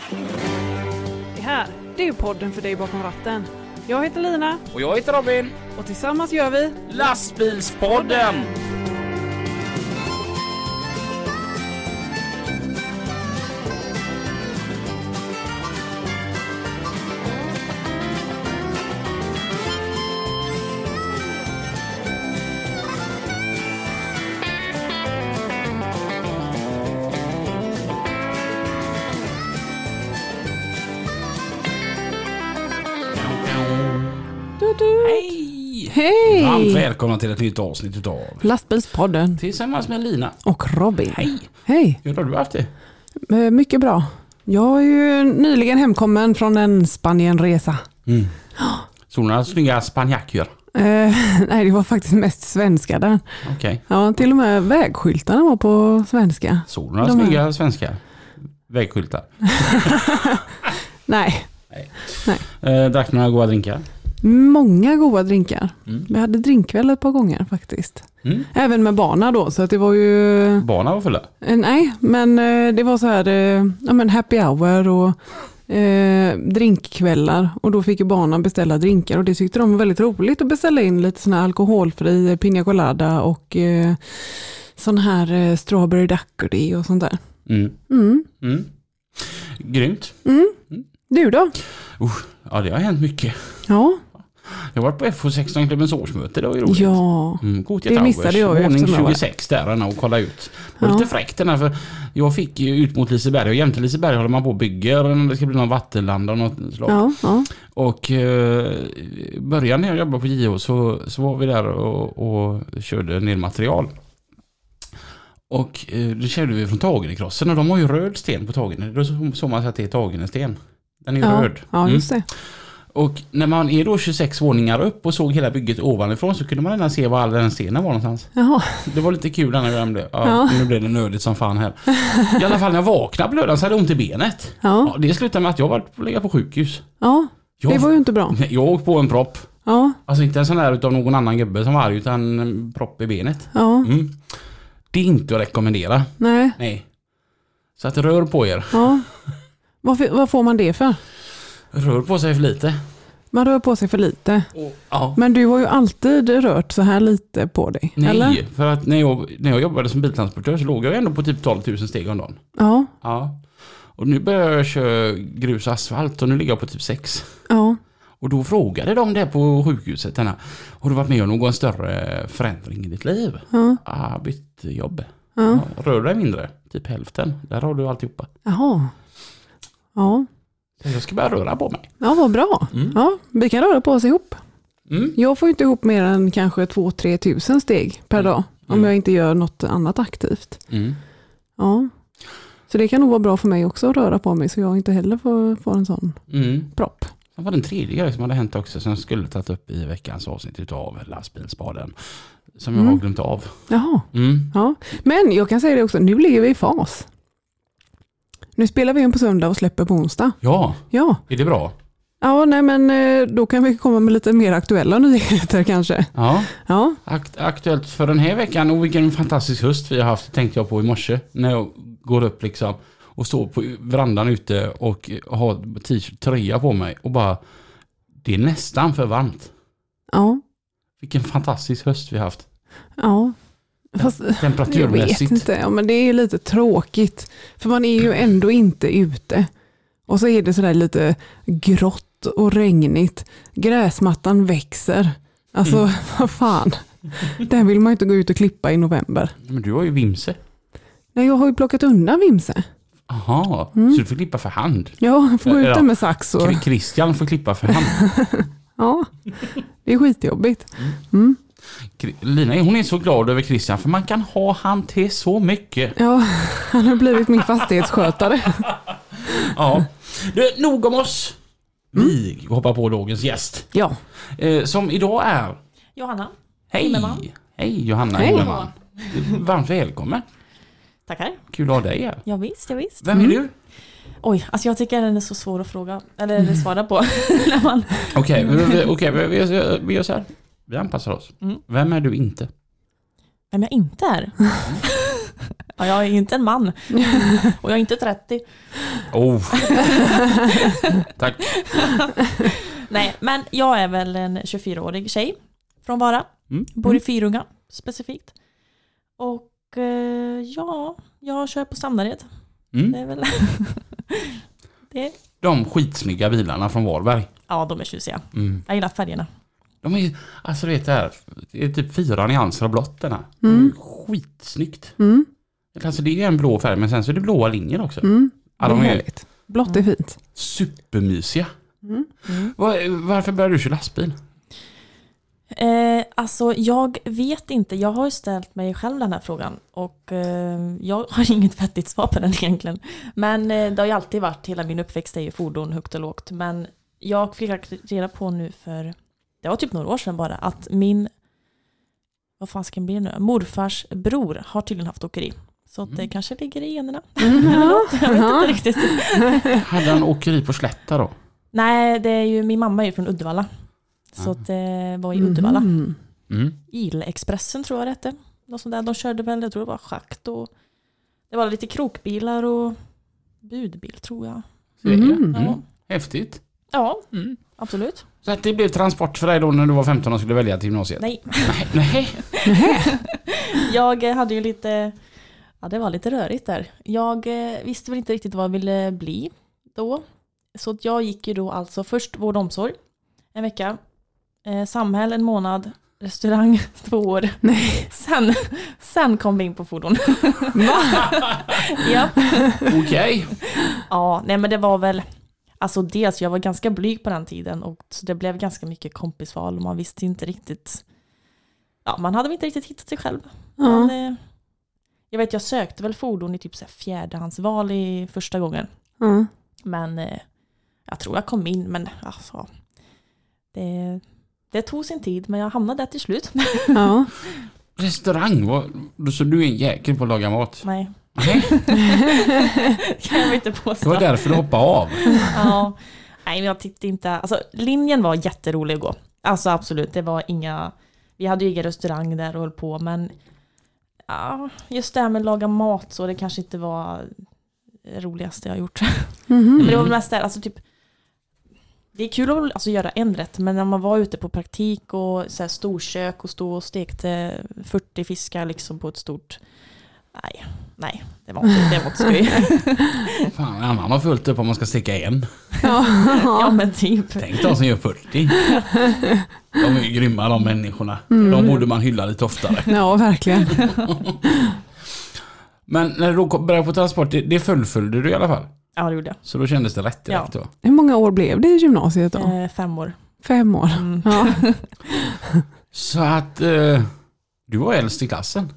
Det här, det är ju podden för dig bakom ratten. Jag heter Lina. Och jag heter Robin. Och tillsammans gör vi Lastbilspodden! Hej! Hej! Varmt välkomna till ett nytt avsnitt utav Lastbilspodden. Tillsammans med Lina. Och Robin. Hej! Hej! Hur har du haft det? Mycket bra. Jag är ju nyligen hemkommen från en Spanienresa. Sådana snygga spanjacker. Nej, det var faktiskt mest svenska där. Okej. Ja, till och med vägskyltarna var på svenska. Sådana De här. snygga svenskar. Vägskyltar. Nej, Drack några goda drinkar. många goda drinkar. Mm. Vi hade drinkkväll ett par gånger faktiskt. Mm. Även med barna då, så att det var ju... Barnen var fulla. Nej, men det var så här, ja men happy hour och drinkkvällar. Och då fick ju barnen beställa drinkar och det tyckte de var väldigt roligt att beställa in lite sån här alkoholfri piña colada och sån här strawberry daiquiri och sånt där. Mm. Grymt. Du då? Ja, det har hänt mycket. Ja, Jag har varit på FH16-klubbens årsmöte, det var ju roligt. ja. Gothia Det Towers, missade jag ju våning eftersom jag var 26 där och kolla ut. Det var Ja. lite fräckt den här, för jag fick ju ut mot Liseberg och jämte Liseberg håller man på och bygger, det ska bli någon vattenland av något slag. Ja. Och början när jag jobbade på JH så var vi där och körde ner material. Och det körde vi från Tagenekrossen och de har ju röd sten på Tagen. Då såg man att det är Tagenesten. Den är ju röd. Ja, just det. Och när man är då 26 våningar upp och såg hela bygget ovanifrån så kunde man redan se var all den stenen var någonstans. Jaha. Det var lite kul när jag glömde. Ja. Nu blev det nödigt som fan här. I alla fall när jag vaknade blödan så hade jag ont i benet. Ja. Det slutade med att jag var på att ligga på sjukhus. Ja, det var ju inte bra. Jag åkte på en propp. Ja, Alltså inte en sån där utav någon annan gubbe som var arg utan en propp i benet. ja. Det är inte att rekommendera. Nej. Så att rör på er. Ja. Vad får man det för? Rör på sig för lite. Man rör på sig för lite. Ja. Men du har ju alltid rört så här lite på dig, Nej, eller? för att när jag jobbade som biltransportör så låg jag ändå på typ 12 000 steg om dagen. Ja, Ja. Och nu börjar jag köra grus och asfalt och nu ligger jag på typ 6. ja. Och då frågade de där på sjukhuset, har du varit med om någon större förändring i ditt liv? Ja. Bytt jobb. Ja. Rör dig mindre, typ hälften. Där har du alltihopa. Jaha. Ja. Så jag ska bara röra på mig. Ja, vad bra. Ja, vi kan röra på oss ihop. Mm. Jag får inte ihop mer än kanske 2-3 tusen steg per dag. Om jag inte gör något annat aktivt. Mm. Ja. Så det kan nog vara bra för mig också att röra på mig så jag inte heller får en sån propp. Det var den tredje grej som hade hänt också som jag skulle tagit upp i veckans avsnitt utav Lastbilspodden. Som jag har glömt av. Jaha. Mm. Ja. Men jag kan säga det också, nu ligger vi i fas. Nu spelar vi in på söndag och släpper på onsdag. Ja, Ja. är det bra? Ja, nej men då kan vi komma med lite mer aktuella nyheter kanske. Ja. Ja. Aktuellt för den här veckan och vilken fantastisk höst vi har haft, tänkte jag på i morse. När jag går upp liksom och står på verandan ute och har t-shirt, tröja på mig och bara, det är nästan för varmt. Ja. Vilken fantastisk höst vi har haft. Ja. Fast, jag temperaturmässigt. vet inte, ja, men det är lite tråkigt. För man är ju ändå inte ute. Och så är det sådär lite grått och regnigt. Gräsmattan växer. Alltså, vad fan. Den vill man ju inte gå ut och klippa i november. Men du har ju vimse. Nej, jag har ju plockat undan vimse. Aha, så du får klippa för hand. Ja, jag får gå ut där med sax. Och... Christian får klippa för hand. Ja, det är skitjobbigt. Lina, hon är så glad över Christian för man kan ha han till så mycket. Ja, han har blivit min fastighetsskötare. Ja. Du, nog om oss. Vi hoppar på dagens gäst. Ja. Som idag är... Johanna. Hej! Himmelman. Hej Johanna Hej. Himmelman. Varmt välkommen. Tackar. Kul att ha dig här. Ja visst. Vem är du? Oj, alltså jag tycker den är så svår att fråga. Eller svara på. När man... Okej, vi gör så här. Vi anpassar oss. Vem är du inte? Vem jag inte är? Ja, jag är inte en man. Och jag är inte 30. Oh. Tack. Nej, men jag är väl en 24-årig tjej från Vara. Mm. Bor i Fyrunga specifikt. Och ja, jag kör på Sandared. Mm. Det är väl... det. De skitsnygga bilarna från Varberg. Ja, de är tjusiga. Mm. Jag gillar färgerna. De är, alltså du vet det här, det är typ 4 nyanser av blått den här. Mm. Skitsnyggt. Mm. Alltså det är en blå färg, men sen så är det blåa linjer också. Mm. Ja, Det är de är härligt. Blått är fint. supermysiga. Mm. Mm. Varför började du köra lastbil? Alltså jag vet inte, jag har ju ställt mig själv den här frågan och jag har inget vettigt svar på den egentligen. Men det har ju alltid varit, hela min uppväxt är ju fordon högt och lågt. Men jag fick reda på nu för, det var typ några år sedan bara, att vad fan ska det bli nu? Morfars bror har tydligen haft åkeri. Så att det kanske ligger i generna. Eller något, jag vet inte riktigt. Hade han åkeri på Slätta då? Nej, det är ju, min mamma är ju från Uddevalla. Så att det var i Uddevalla. Mm. Mm. Ilexpressen tror jag det hette. Något sånt där. De körde väl, jag tror det var schakt och det var lite krokbilar och budbil tror jag. Mm. Ja, Häftigt. ja Mm. absolut. Så att det blev transport för dig då när du var 15 och skulle välja till gymnasiet? Nej, Nej. jag hade ju lite, ja det var lite rörigt där. Jag visste väl inte riktigt vad jag ville bli då. Så att jag gick ju då alltså först vård och omsorg en vecka. Samhäll en månad. Restaurang 2 år. Nej. Sen kom vi in på fordon. Ja. Okej. Ja, nej men det var väl, alltså dels jag var ganska blyg på den tiden och så det blev ganska mycket kompisval och man visste inte riktigt, ja man hade inte riktigt hittat sig själv. Ja. Men, jag vet jag sökte väl fordon i typ så här fjärdehandsval i första gången. Ja. Men jag tror jag kom in, men alltså det tog sin tid, men jag hamnade där till slut. Ja. Restaurang, så du är en jäkel på att laga mat? Nej, Nej. kan jag inte Det påstå. var därför du hoppade av. Ja. Nej, men jag tyckte inte, alltså linjen var jätterolig att gå. Alltså absolut, det var inga, vi hade ju egen restaurang där och höll på, men ja, just det här med att laga mat så det kanske inte var det roligaste jag har gjort. Mhm. Men det var mest där, alltså typ, det är kul att alltså, göra en rätt, men när man var ute på praktik och så här, storkök och stod och stekte 40 fiskar liksom på ett stort, nej, det var inte skoj. Fan, en annan har fullt upp om man ska steka en. Ja, men typ. Tänk de som gör 40. De är ju grymma de människorna. De borde man hylla lite oftare. Ja, verkligen. Men när du då började på transport, det fullföljde du i alla fall. Ja, det gjorde jag. Så då kändes det rätt direkt då. Hur många år blev det i gymnasiet då? 5 år. 5 år. Mm. Ja. Så att du var äldst i klassen.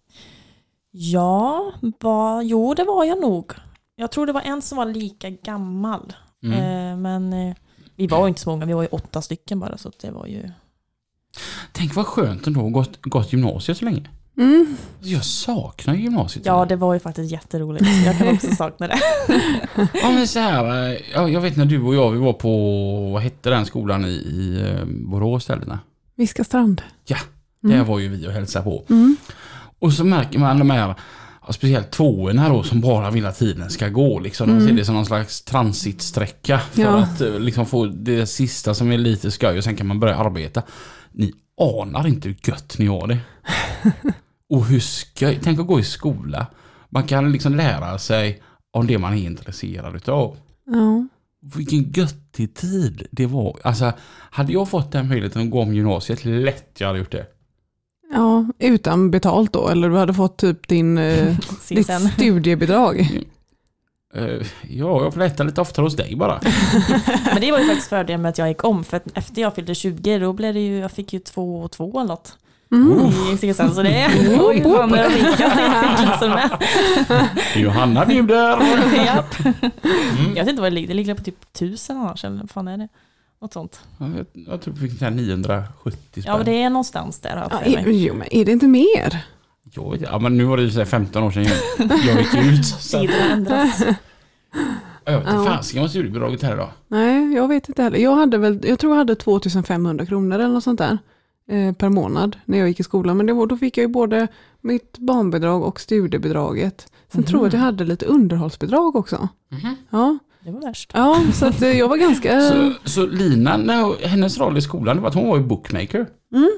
Ja, jo det var jag nog. Jag tror det var en som var lika gammal. Men vi var ju inte så många, vi var ju 8 stycken bara, så det var ju... Tänk vad skönt ändå gått gymnasiet så länge. Mm. Jag saknar gymnasiet. Ja, det var ju faktiskt jätteroligt. Jag kan också sakna det. Ja, men så här, jag vet när du och jag, vi var på, vad hette den skolan i Borås ställena? Viskastrand. Ja, där var ju vi och hälsade på. Mm. Och så märker man de här, speciellt 2:orna då, som bara vill att tiden ska gå. Liksom. De ser det som någon slags transitsträcka för att liksom, få det sista som är lite skoj och sen kan man börja arbeta. Ni anar inte hur gött ni har det. Och hur skoj, tänk att gå i skola. Man kan liksom lära sig om det man är intresserad utav. Ja. Vilken göttig tid det var. Alltså, hade jag fått den möjligheten att gå om gymnasiet, lätt jag hade gjort det. Ja, utan betalt då? Eller du hade fått typ ditt studiebidrag? Ja, jag får leta lite oftare hos dig bara. Men det var ju faktiskt fördelen med att jag gick om. För att efter jag fyllde 20, då blev det ju, jag fick ju 2 och 2 eller något. I CSN, så det är oj, fan är det rikaste i klassen med. Johanna bjuder. Japp. Jag vet inte vad det ligger. Det ligger på typ 1000 annars. Eller vad fan är det? Något sånt. Jag tror vi fick 970 spänn. Ja, men det är någonstans där. Jo, men är det inte mer? Ja, men nu var det ju 15 år sedan jag gick ut. Sidorna ändras. Jag vet inte, fan ska man studiebidraget här idag? Nej, jag vet inte heller. Jag tror jag hade 2500 kronor eller något sånt där per månad när jag gick i skolan. Men då fick jag ju både mitt barnbidrag och studiebidraget. Sen tror jag att jag hade lite underhållsbidrag också. Ja. Det var värst. Ja, så att jag var ganska... Så Lina, hennes roll i skolan var att hon var ju bookmaker.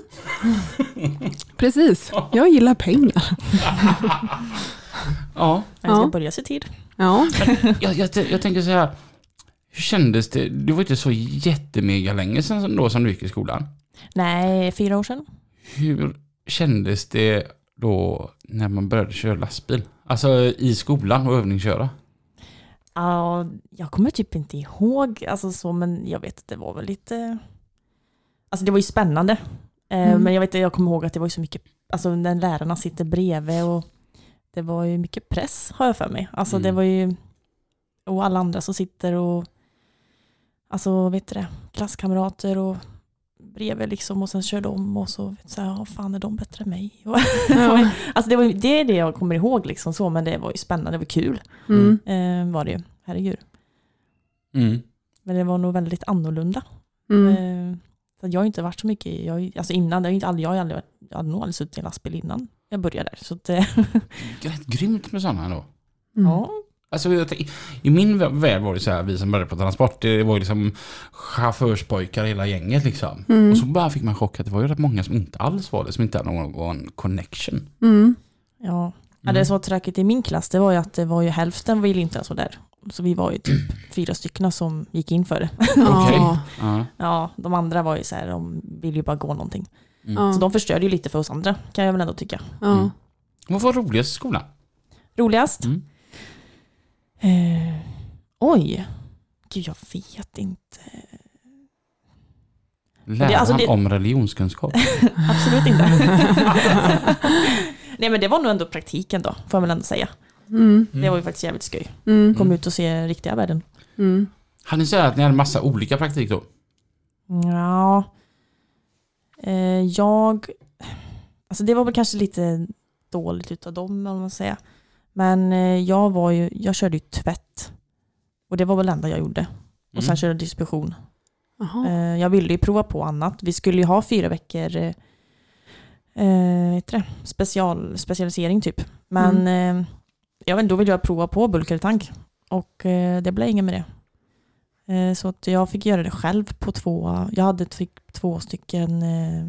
Precis, jag gillar pengar. Ja. Jag ska börja se tid. Ja. Jag tänker så här, hur kändes det? Det var inte så jättemega länge sedan då som du gick i skolan. Nej, 4 år sedan. Hur kändes det då när man började köra lastbil? Alltså i skolan och övningsköra? Ja, jag kommer typ inte ihåg, alltså så, men jag vet att det var väl lite... Alltså det var ju spännande. Men jag kommer ihåg att det var ju så mycket... Alltså när lärarna sitter bredvid och det var ju mycket press, har jag för mig. Alltså det var ju... Och alla andra som sitter och... Alltså, vet du det? Klasskamrater och bredvid liksom, och sen kör de och så vet så här, fan är de bättre än mig? Ja. Alltså det är det jag kommer ihåg liksom så, men det var ju spännande, det var kul. Var det ju, herregud. Men det var nog väldigt annorlunda. Så jag har inte varit så mycket, alltså innan, jag hade nog aldrig suttit i en lastbil innan jag började där. Så att, rätt grymt med sådana då. Ja. Alltså, i min värld var det så här, vi som började på transport, det var ju liksom chaufförspojkar hela gänget liksom. Och så bara fick man chock att det var ju rätt många som inte alls var det, som inte hade någon connection. Ja, det som var tråkigt i min klass, det var ju att det var ju hälften ville inte ens vara där. Så vi var ju typ 4 stycken som gick in för det. Okej. Ja, de andra var ju så här, de ville ju bara gå någonting. Så de förstörde ju lite för oss andra, kan jag väl ändå tycka. Vad var roligast i skolan? Roligast? Oj. Gud, jag vet inte. Läran om religionskunskap. Absolut inte. Nej, men det var nog ändå praktiken då, får jag väl ändå säga. Det var ju faktiskt jävligt skoj. Kom ut och se riktiga världen. Hade ni sagt att ni hade massa olika praktik då? Ja. Alltså det var väl kanske lite dåligt utav dem, om man säger. Men jag körde ju tvätt. Och det var väl det enda jag gjorde. Och sen körde jag distribution. Jag ville ju prova på annat. Vi skulle ju ha 4 veckor specialisering typ. Men då ville jag prova på bulkare tank. Och det blev inget med det. Så att jag fick göra det själv på 2. Jag hade 2 stycken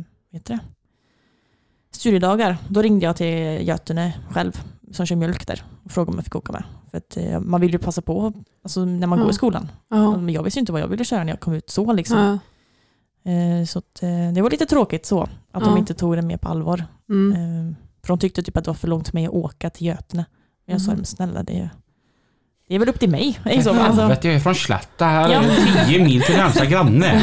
studiedagar. Då ringde jag till Götene själv som kör mjölk där och frågade om jag fick åka med. För att man vill ju passa på alltså, när man går i skolan. Men jag visste inte vad jag ville köra när jag kom ut så liksom. Så att, det var lite tråkigt så att de inte tog det mer på allvar. För de tyckte typ att det var för långt för mig att åka till Götene. Men jag sa, men snälla, det är väl upp till mig. Alltså. Jag är från Slatta här. Ja. 10 mil till närmsta granne.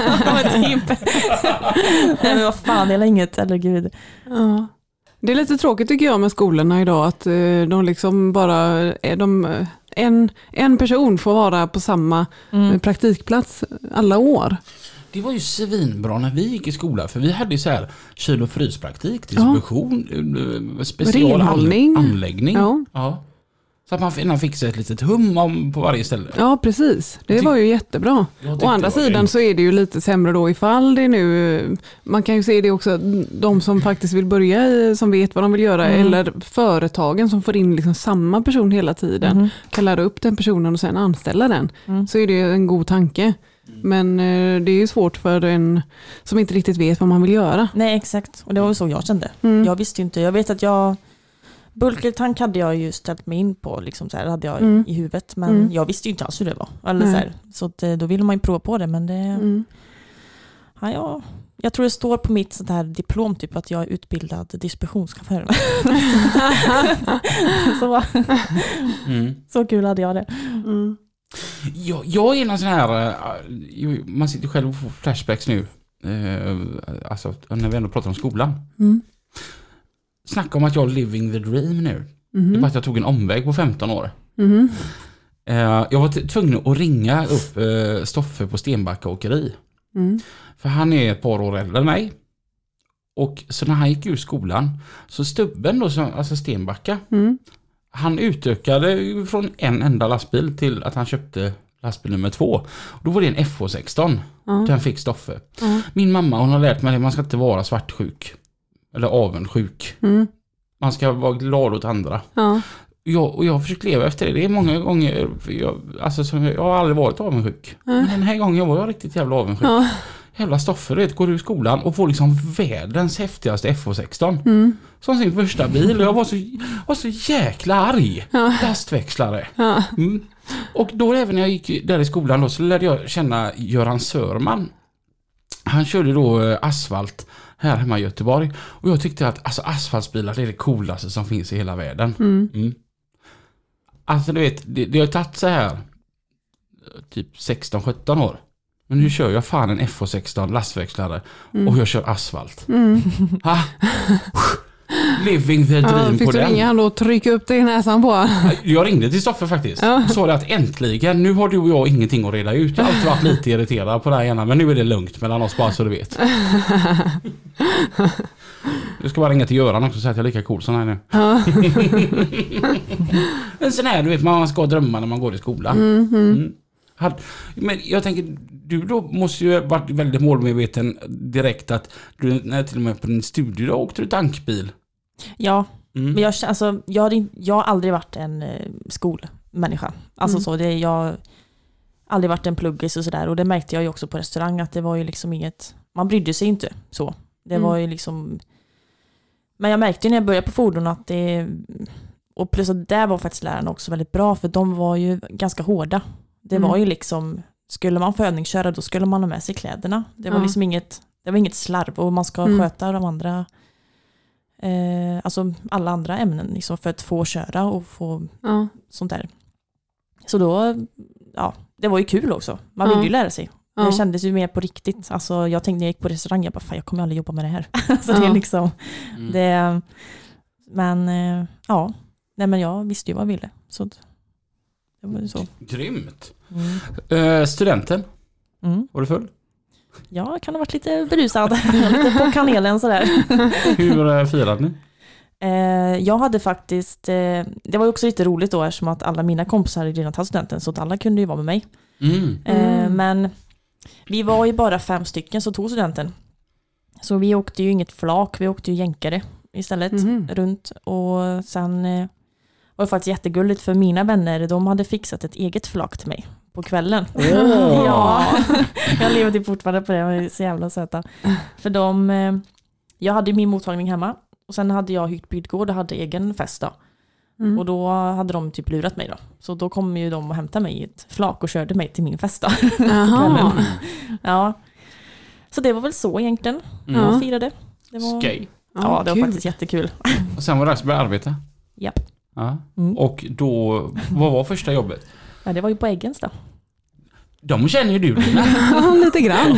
Nej, men vad fan, det är inget, eller gud. Ja. Det är lite tråkigt tycker jag med skolorna idag att de liksom bara är en person får vara på samma praktikplats alla år. Det var ju svinbra när vi gick i skolan, för vi hade ju så här kyl- och fryspraktik, distribution, special anläggning. Ja. Så att man fick sig ett litet hum på varje ställe. Ja, precis. Det var ju jättebra. Å andra sidan så är det ju lite sämre då ifall det nu... Man kan ju se det också, de som faktiskt vill börja, som vet vad de vill göra, eller företagen som får in liksom samma person hela tiden, kan lära upp den personen och sen anställa den. Så är det en god tanke. Men det är ju svårt för en som inte riktigt vet vad man vill göra. Nej, exakt. Och det var ju så jag kände. Jag visste ju inte. Jag vet att bulkertank hade jag ju ställt mig in på, liksom så här, hade jag i huvudet, men jag visste ju inte alls hur det var. Eller så här, så att, då ville man ju prova på det, men det... Jag tror det står på mitt sånt här diplom typ att jag är utbildad distributionschaufför. Så kul hade jag det. Jag är en sån här... Man sitter själv och får flashbacks nu. Alltså när vi ändå pratar om skolan. Snacka om att jag är living the dream nu. Det är bara att jag tog en omväg på 15 år. Jag var tvungen att ringa upp Stoffe på Stenbacka åkeri. För han är ett par år äldre än mig. Och så när han gick ur skolan, så Stubben då, alltså Stenbacka, han utökade från en enda lastbil till att han köpte lastbil nummer 2. Då var det en FH16. Ja. Den fick Stoffe. Ja. Min mamma, hon har lärt mig att man ska inte vara svartsjuk. Eller avundsjuk. Mm. Man ska vara glad åt andra. Ja. Jag har försökt leva efter det. Det är många gånger, jag har aldrig varit avundsjuk. Men den här gången var jag riktigt jävla avundsjuk. Ja. Jävla Stoffe, du vet, går ur skolan och får liksom världens häftigaste FH16. Som sin första bil. Och jag var så jäkla arg. Lastväxlare. Ja. Och då även när jag gick där i skolan då, så lärde jag känna Göran Sörman. Han körde då asfalt här hemma i Göteborg. Och jag tyckte att alltså, asfaltsbilar är det coolaste som finns i hela världen. Alltså du vet, det har tagit så här typ 16-17 år. Men nu kör jag fan en FH16 lastväxlare och jag kör asfalt. Ha? Living the dream fick på du den. ringa och trycka upp det i näsan på? Jag ringde till Stoffe faktiskt. Sa det att äntligen, nu har du och jag ingenting att reda ut. Jag har alltid varit lite irriterad på det här gärna, men nu är det lugnt mellan oss bara så du vet. Jag ska bara ringa till Göran också och säga att jag är lika cool som här nu. Men sen här, du vet, man ska drömma när man går i skolan. Men jag tänker, du då måste ju ha varit väldigt målmedveten direkt att du, när till och med på din studiedag åkte du tankbil. Ja, men jag har aldrig varit en skolmänniska. Alltså jag har aldrig varit en pluggis och sådär. Och det märkte jag ju också på restaurang att det var ju liksom inget, man brydde sig inte så. Det var ju liksom, men jag märkte ju när jag började på fordon att det, och plus att där var faktiskt lärarna också väldigt bra, för de var ju ganska hårda. Det var ju liksom, skulle man få övningsköra då skulle man ha med sig kläderna. Det var liksom inget slarv, och man ska sköta de andra alltså alla andra ämnen liksom, för att få köra och få sånt där. Så då, det var ju kul också. Man ville ju lära sig. Det kändes ju mer på riktigt. Alltså jag tänkte när jag gick på restaurang, jag bara, fan, jag kommer aldrig jobba med det här. Så det är liksom det, men nej, men jag visste ju vad jag ville. Så det var ju så. Grymt. Studenten, var du full? Ja, kan ha varit lite berusad. Lite på kanelen sådär. Hur firade ni? Jag hade faktiskt, det var ju också lite roligt då eftersom att alla mina kompisar hade redan tagit studenten, så att alla kunde ju vara med mig. Men vi var ju bara 5 stycken som tog studenten. Så vi åkte ju inget flak, vi åkte ju jänkare istället runt. Och sen var det faktiskt jättegulligt, för mina vänner, de hade fixat ett eget flak till mig på kvällen. Ja, jag lever typ fortfarande på det, de är så jävla söta. För jag hade min mottagning hemma, och sen hade jag hyrt bygdgård och hade egen fest då. Och då hade de typ lurat mig då. Så då kom ju de och hämtade mig i ett flak och körde mig till min fest då. Ja. Så det var väl så egentligen. Jag firade. Det var, Skej. Ja, det var faktiskt jättekul. Och sen var det dags att börja arbeta. Japp. Ja. Och då, vad var första jobbet? Ja, det var ju på Eggens då. De känner ju du, Lina. Lite grann.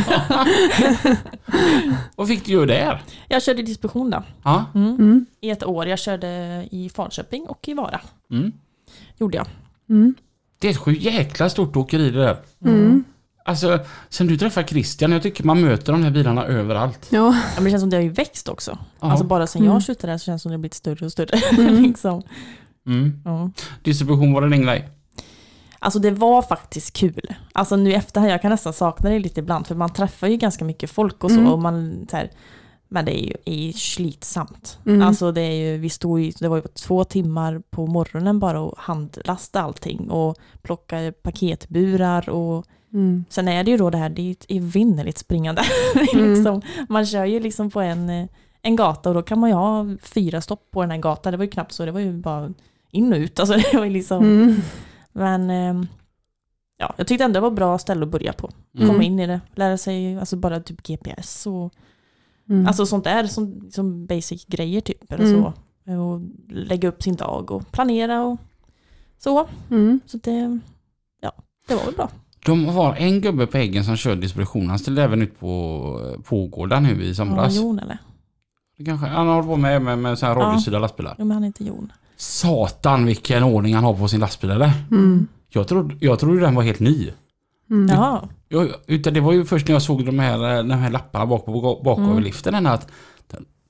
Vad fick du göra där? Jag körde distribution då. Ja. I ett år. Jag körde i Falköping och i Vara. Gjorde jag. Det är ett jäkla stort åkeri det där. Alltså, sen du träffar Christian, jag tycker man möter de här bilarna överallt. Ja. Men det känns som det har ju växt också. Alltså bara sen jag slutade där så känns det som det har blivit större och större. Liksom. Distribution var det din grej? Alltså det var faktiskt kul. Alltså nu efter jag kan nästan sakna det lite ibland, för man träffar ju ganska mycket folk och så, och man så här, men det är ju slitsamt. Alltså det är ju, det var ju 2 timmar på morgonen bara att handlasta allting och plocka paketburar, och sen är det ju då det här, det är evinnerligt springande. Liksom, man kör ju liksom på en gata, och då kan man ju ha 4 stopp på den här gatan. Det var ju knappt så, det var ju bara in och ut. Alltså det var ju liksom... Men jag tyckte ändå det var bra ställe att börja på. Komma in i det, lära sig alltså bara typ GPS och alltså sånt där som basic grejer typ eller så, och lägga upp sin dag och planera och så. Så det var väl bra. De har en gubbe på Eggen som kör distribution. Han ställde även ut på Pågården nu i somras. Ja, Jon eller? Kanske, han har på med så här radiostyrda lastbilar. Ja, men han heter Jon. Satan, vilken ordning han har på sin lastbil, eller? Jag trodde den var helt ny. Ja. Utan det var ju först när jag såg de här lapparna bak över liften att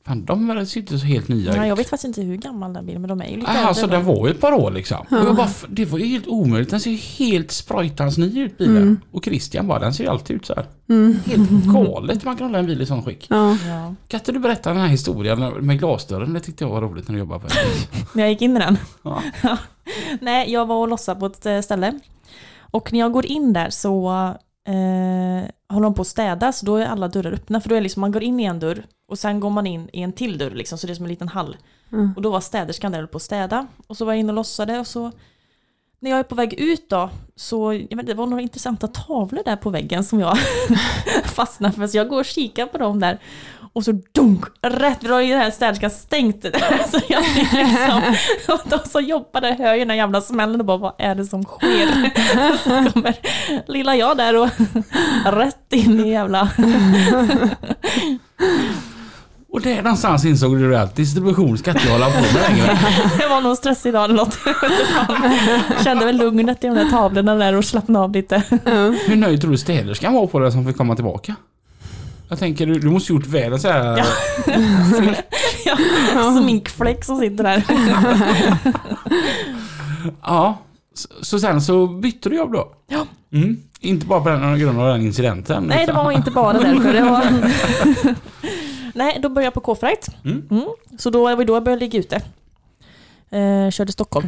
Fan, de ser inte så helt nya Nej, ut. jag vet faktiskt inte hur gammal den blir, men de är ju lite Alltså äldre. den var ju ett par år liksom. Och jag bara, det var ju helt omöjligt. Den ser ju helt sprajtans ny ut bilen. Och Christian bara, den ser ju alltid ut så här. Helt galet man kan hålla en bil i sån skick. Ja. Ja. Kan inte du berätta den här historien med glasdörren? Det tyckte jag var roligt när du jobbade på det. När jag gick in i den. Ja. Nej, jag var och lossade på ett ställe. Och när jag går in där så håller de på att städa, så då är alla dörrar öppna. För då är liksom, man går in i en dörr och sen går man in i en till dörr liksom, så det är som en liten hall. Och då var städerskan där på att städa. Och så var jag inne och lossade och så när jag är på väg ut då, så jag vet, det var några intressanta tavlor där på väggen som jag fastnade för. Så jag går och kikar på dem där. Och så dunk, rätt vid den här städerskan stängt det där. Så jag liksom, och de som jobbade hör ju den här jävla smällen och bara, vad är det som sker? Så kommer lilla jag där och rätt in i jävla... Och där någonstans insåg du att distribution ska inte hålla på med längre. Det var nog stress idag eller något. Jag kände väl lugnet i de där tavlorna där och slappnade av lite. Hur nöjd tror du städerskan var på det som fick komma tillbaka? Jag tänker, du måste gjort världen så här... Ja. Ja, sminkfläck som sitter där. Ja, så sen så bytte du jobb då? Ja. Inte bara på den grund av den incidenten. Nej, det var inte bara därför. Det var... Nej, då började jag på K-Freight. Så då var det då jag började ligga ute. Körde Stockholm.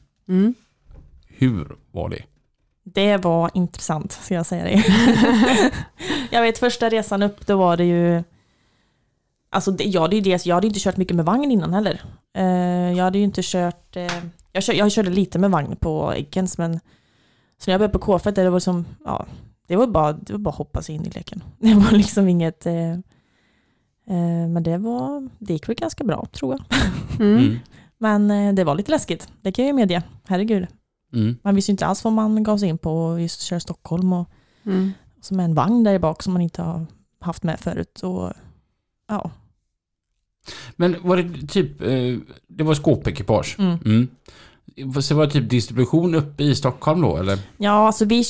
Hur var det? Det var intressant, ska jag säga det. Jag vet, första resan upp, då var det ju... Alltså, jag hade inte kört mycket med vagn innan heller. Jag hade ju inte kört... Jag körde lite med vagn på Eggens, men... Så när jag började på K-Freight, det var som... Ja, det var bara att hoppa sig in i leken. Det var liksom inget... Men det gick väl ganska bra, tror jag. Men det var lite läskigt. Det kan jag ju medge. Herregud. Man visste inte alls vad man gav sig in på just köra Stockholm och som en vagn där i bak som man inte har haft med förut. Och, ja. Men var det typ, det var skåpekipage? Så var det typ distribution uppe i Stockholm då, eller? Ja, alltså vi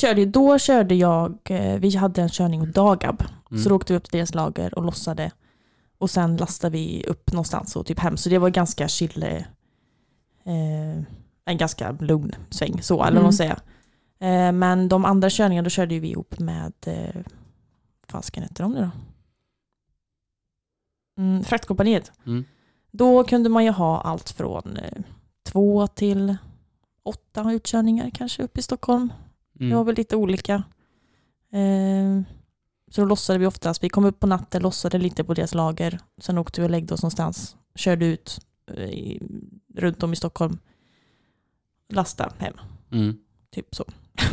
hade en körning åt Dagab. Så då åkte vi upp till deras lager och lossade. Och sen lastade vi upp någonstans och typ hem. Så det var ganska en ganska lugn sväng, så eller vad man säger. Men de andra körningarna, då körde vi ihop med fasken heter de nu då? Fraktkompaniet. Då kunde man ju ha allt från 2 till 8 utkörningar kanske upp i Stockholm. Det var väl lite olika. Så då lossade vi oftast. Vi kom upp på natten, lossade lite på deras lager. Sen åkte vi och läggde oss någonstans. Körde ut runt om i Stockholm. Lasta hem. Typ så.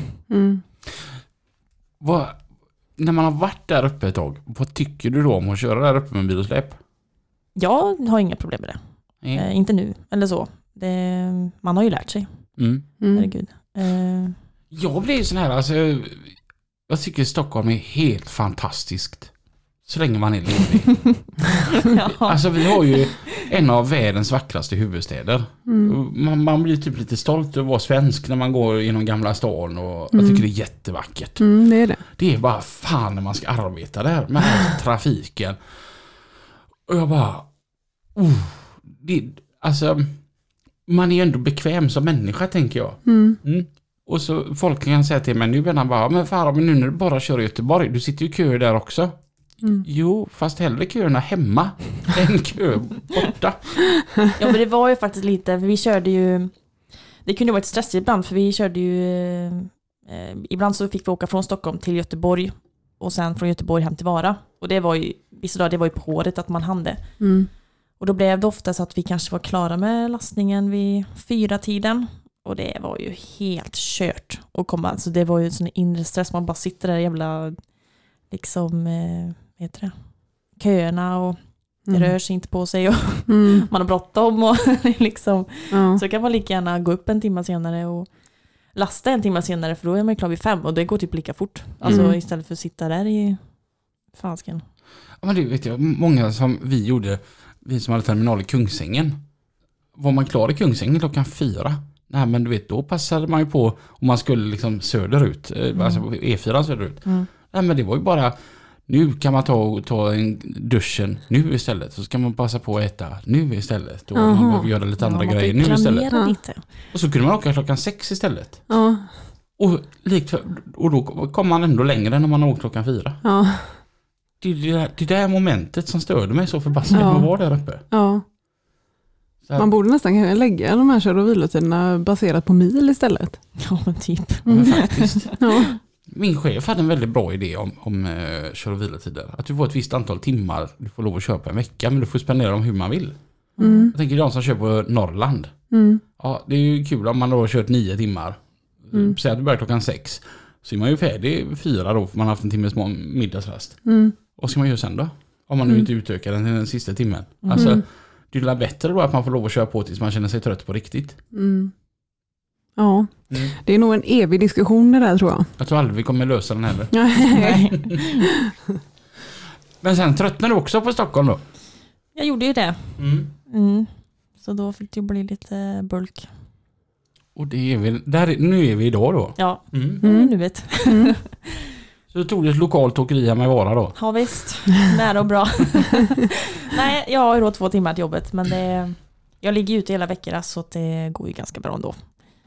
När man har varit där uppe ett tag, vad tycker du då om att köra där uppe med bil och släp? Jag har inga problem med det. Inte nu, eller så. Man har ju lärt sig. Herregud. Jag blir sån här, alltså, jag tycker Stockholm är helt fantastiskt. Så länge man är ledig. Ja. Alltså vi har ju en av världens vackraste huvudstäder. Man blir typ lite stolt att vara svensk när man går genom Gamla stan och jag tycker det är jättevackert. Det är det. Det är bara fan när man ska arbeta där med all trafiken. Och jag bara alltså man är ju ändå bekväm som människa, tänker jag. Och så folk kan säga till mig nu, men fan, men nu när du bara kör i Göteborg, du sitter ju i köer där också. Jo, fast hellre köerna hemma än kö borta. Ja, men det var ju faktiskt lite, för vi körde ju, det kunde vara ett stress ibland, för vi körde ju ibland så fick vi åka från Stockholm till Göteborg och sen från Göteborg hem till Vara. Och det var ju, vissa dagar det var ju på håret att man hann det. Och då blev det ofta så att vi kanske var klara med lastningen vid 4-tiden. Och det var ju helt kört att komma. Alltså det var ju en sån inre stress. Man bara sitter där jävla liksom, heter det? Köerna och det rör sig inte på sig och man har bråttom och liksom. Så kan man lika gärna gå upp en timme senare och lasta en timme senare, för då är man klar vid 5 och det går typ lika fort. Alltså istället för att sitta där i fansken. Ja, men det vet jag, många som vi gjorde, vi som hade terminal i Kungsängen, var man klar i Kungsängen klockan 4. Nej, men du vet, då passade man ju på om man skulle liksom söderut, alltså E4 söderut. Nej, men det var ju bara Nu kan man ta en duschen nu istället. Så ska man passa på att äta nu istället. Och man behöver göra lite andra grejer nu istället. Lite. Och så kunde man åka klockan 6 istället. Ja. Och då kom man ändå längre än om man åkte klockan 4. Ja. Det där momentet som störde mig så förbaskat med att vara där uppe. Ja. Man borde nästan lägga de här kör- och vilotiderna baserat på mil istället. Ja, men typ. Men faktiskt. Ja. Min chef hade en väldigt bra idé om kör- och vilotider. Att du får ett visst antal timmar du får lov att köpa en vecka, men du får spendera dem hur man vill. Jag tänker de som kör på Norrland. Ja, det är ju kul om man då har kört 9 timmar. Säg att du börjar klockan 6. Så är man ju färdig 4 då, för man har haft en timmes middagsrast. Vad ska man göra sen då? Om man nu inte utökar den till den sista timmen. Alltså, det är bättre då att man får lov att köra på tills man känner sig trött på riktigt. Ja, det är nog en evig diskussion det där tror jag. Jag tror aldrig vi kommer lösa den heller. Nej. Men sen tröttnade du också på Stockholm då? Jag gjorde ju det. Så då fick det bli lite bulk. Och det är väl, nu är vi idag då? Ja, nu vet. Så du tog ett lokalt åkeri hemma i Vara då? Ja visst, nära och bra. Nej, jag har ju då 2 timmar till jobbet, men jag ligger ute hela veckorna så att det går ju ganska bra ändå.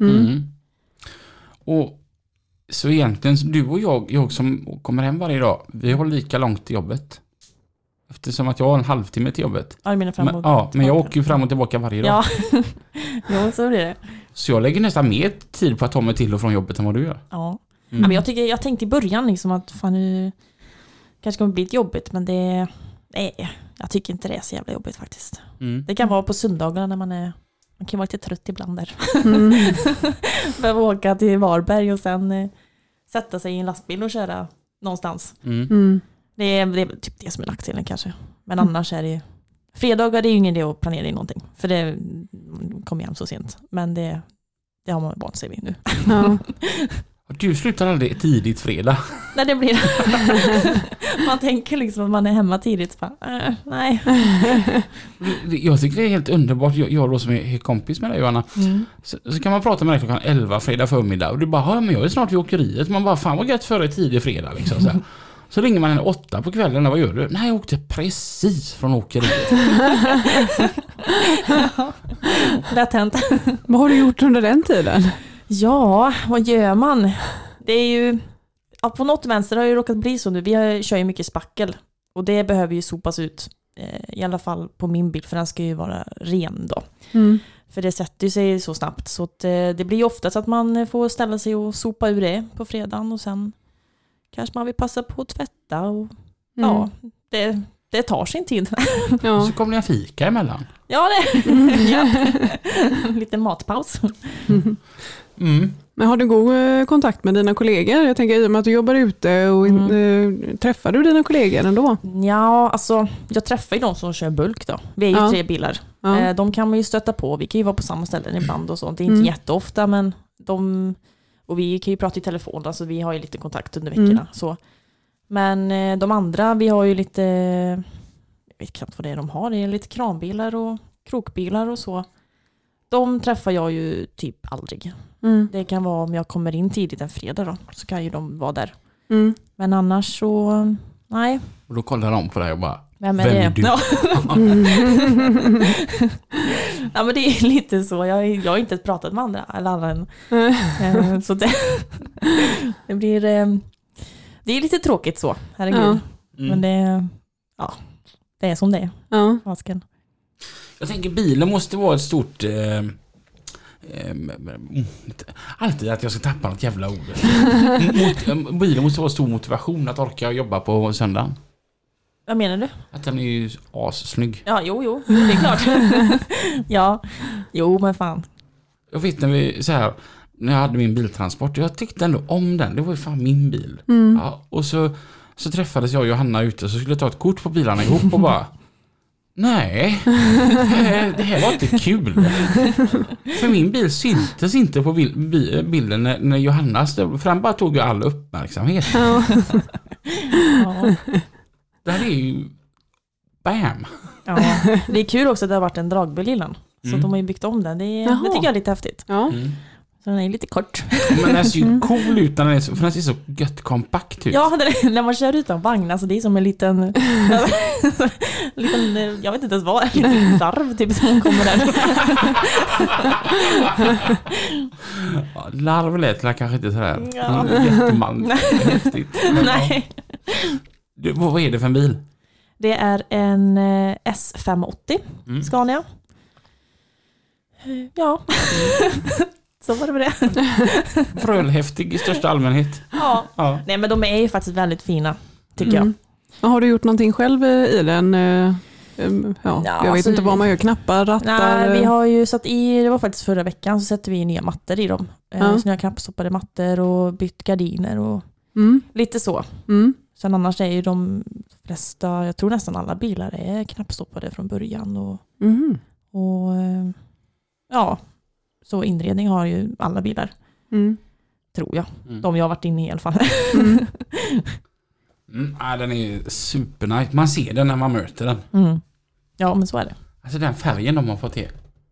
Och så egentligen, du och jag som kommer hem varje dag, vi har lika långt till jobbet. Eftersom att jag har en halvtimme till jobbet. Ja, men jag åker ju fram och tillbaka varje dag. Ja, jo, så blir det. Så jag lägger nästan mer tid på att ta mig till och från jobbet än vad du gör. Ja. Men jag tänkte i början liksom att fan nu kanske kommer bli lite jobbigt, men jag tycker inte det är så jävla jobbigt faktiskt. Det kan vara på söndagarna när man kan vara lite trött ibland där. Behöva åka till Varberg och sen sätta sig i en lastbil och köra någonstans. Det är typ det som är nackdelen kanske. Men annars är det fredagar, det är ju ingen idé att planera in någonting. För det kommer hem så sent. Men det har man vant sig vid nu. Ja. Du slutar aldrig tidigt fredag. Nej, det blir man tänker liksom att man är hemma tidigt. Nej. Jag tycker det är helt underbart. Jag då som är kompis med dig, Johanna. Så kan man prata med dig klockan 11 fredag förmiddag. Och du bara, men jag är snart vid åkeriet. Man bara, fan vad gött före tidig fredag liksom. Så ringer man henne 8 på kvällen och vad gör du? Nej, jag åkte precis från åkeriet. Lätt hänt. Vad har du gjort under den tiden? Ja, vad gör man? Det är ju... Ja, på något vänster har det ju råkat bli så nu. Vi kör ju mycket spackel. Och det behöver ju sopas ut. I alla fall på min bil, för den ska ju vara ren då. För det sätter sig så snabbt. Så att, det blir ju ofta så att man får ställa sig och sopa ur det på fredagen. Och sen kanske man vill passa på att tvätta. Och, ja, det tar sin tid. Ja. Så kommer ni en fika emellan. Ja, ja. Lite matpaus. Men har du god kontakt med dina kollegor? Jag tänker i och med att du jobbar ute och träffar du dina kollegor ändå? Ja, alltså jag träffar ju de som kör bulk då. Vi är ju 3 bilar. Ja. De kan man ju stöta på. Vi kan ju vara på samma ställen ibland och sånt. Det är inte jätteofta, men och vi kan ju prata i telefon. Alltså vi har ju lite kontakt under veckorna. Så. Men de andra, vi har ju lite... Jag vet knappt vad det är de har. Det är lite kranbilar och krokbilar och så. De träffar jag ju typ aldrig. Det kan vara om jag kommer in tidigt en fredag då. Så kan ju de vara där. Men annars så... Nej. Och då kollar de på dig och bara... Vem är du? Ja. Ja, men det är lite så. Jag har inte pratat med andra. Eller alla än. Så det blir... Det är lite tråkigt så. Herregud. Men det är som det är. Ja. Vasken. Jag tänker bilen måste vara ett stort... alltid att jag ska tappa något jävla ord. Bilen måste vara stor motivation att orka jobba på söndagen. Vad menar du? Att den är ju assnygg. Ja, jo, det är klart. Ja, jo men fan. Jag vet när jag hade min biltransport, jag tyckte ändå om den. Det var ju fan min bil. Ja, och så träffades jag och Johanna ute och så skulle jag ta ett kort på bilarna ihop och bara... Nej, det här var inte kul. För min bil syntes inte på bilden när Johanna stod. För han bara tog ju all uppmärksamhet. Ja. Det här är ju... Bam! Ja, det är kul också att det har varit en dragbil innan. Så de har ju byggt om den. Det tycker jag är lite häftigt. Ja. Så den är lite kort. Men den ser ju cool ut när den är så, för den ser så gött kompakt ut. Ja, när man kör utan vagn, alltså det är som en liten jag vet inte ens vad, en liten larv typ som kommer där. Ja, larv lät kanske inte sådär. Ja. Jätteman. Häftigt. Nej. Du, vad är det för en bil? Det är en S580 Scania. Ja. Så var det med det. Frölhäftig i största allmänhet. Ja. Nej, men de är ju faktiskt väldigt fina, tycker jag. Och har du gjort någonting själv i den? Jag vet alltså, inte vad man gör, knappar, rattar? Nej, vi har ju satt i, det var faktiskt förra veckan, så sätter vi nya mattor i dem. Så nya knappstoppade mattor och bytt gardiner och lite så. Sen annars är ju de flesta, jag tror nästan alla bilar är knappstoppade från början. Och ja, så inredning har ju alla bilar. Tror jag. De jag har varit inne i alla fall. Den är supernice. Man ser den när man möter den. Ja, men så är det. Alltså den färgen de har fått till.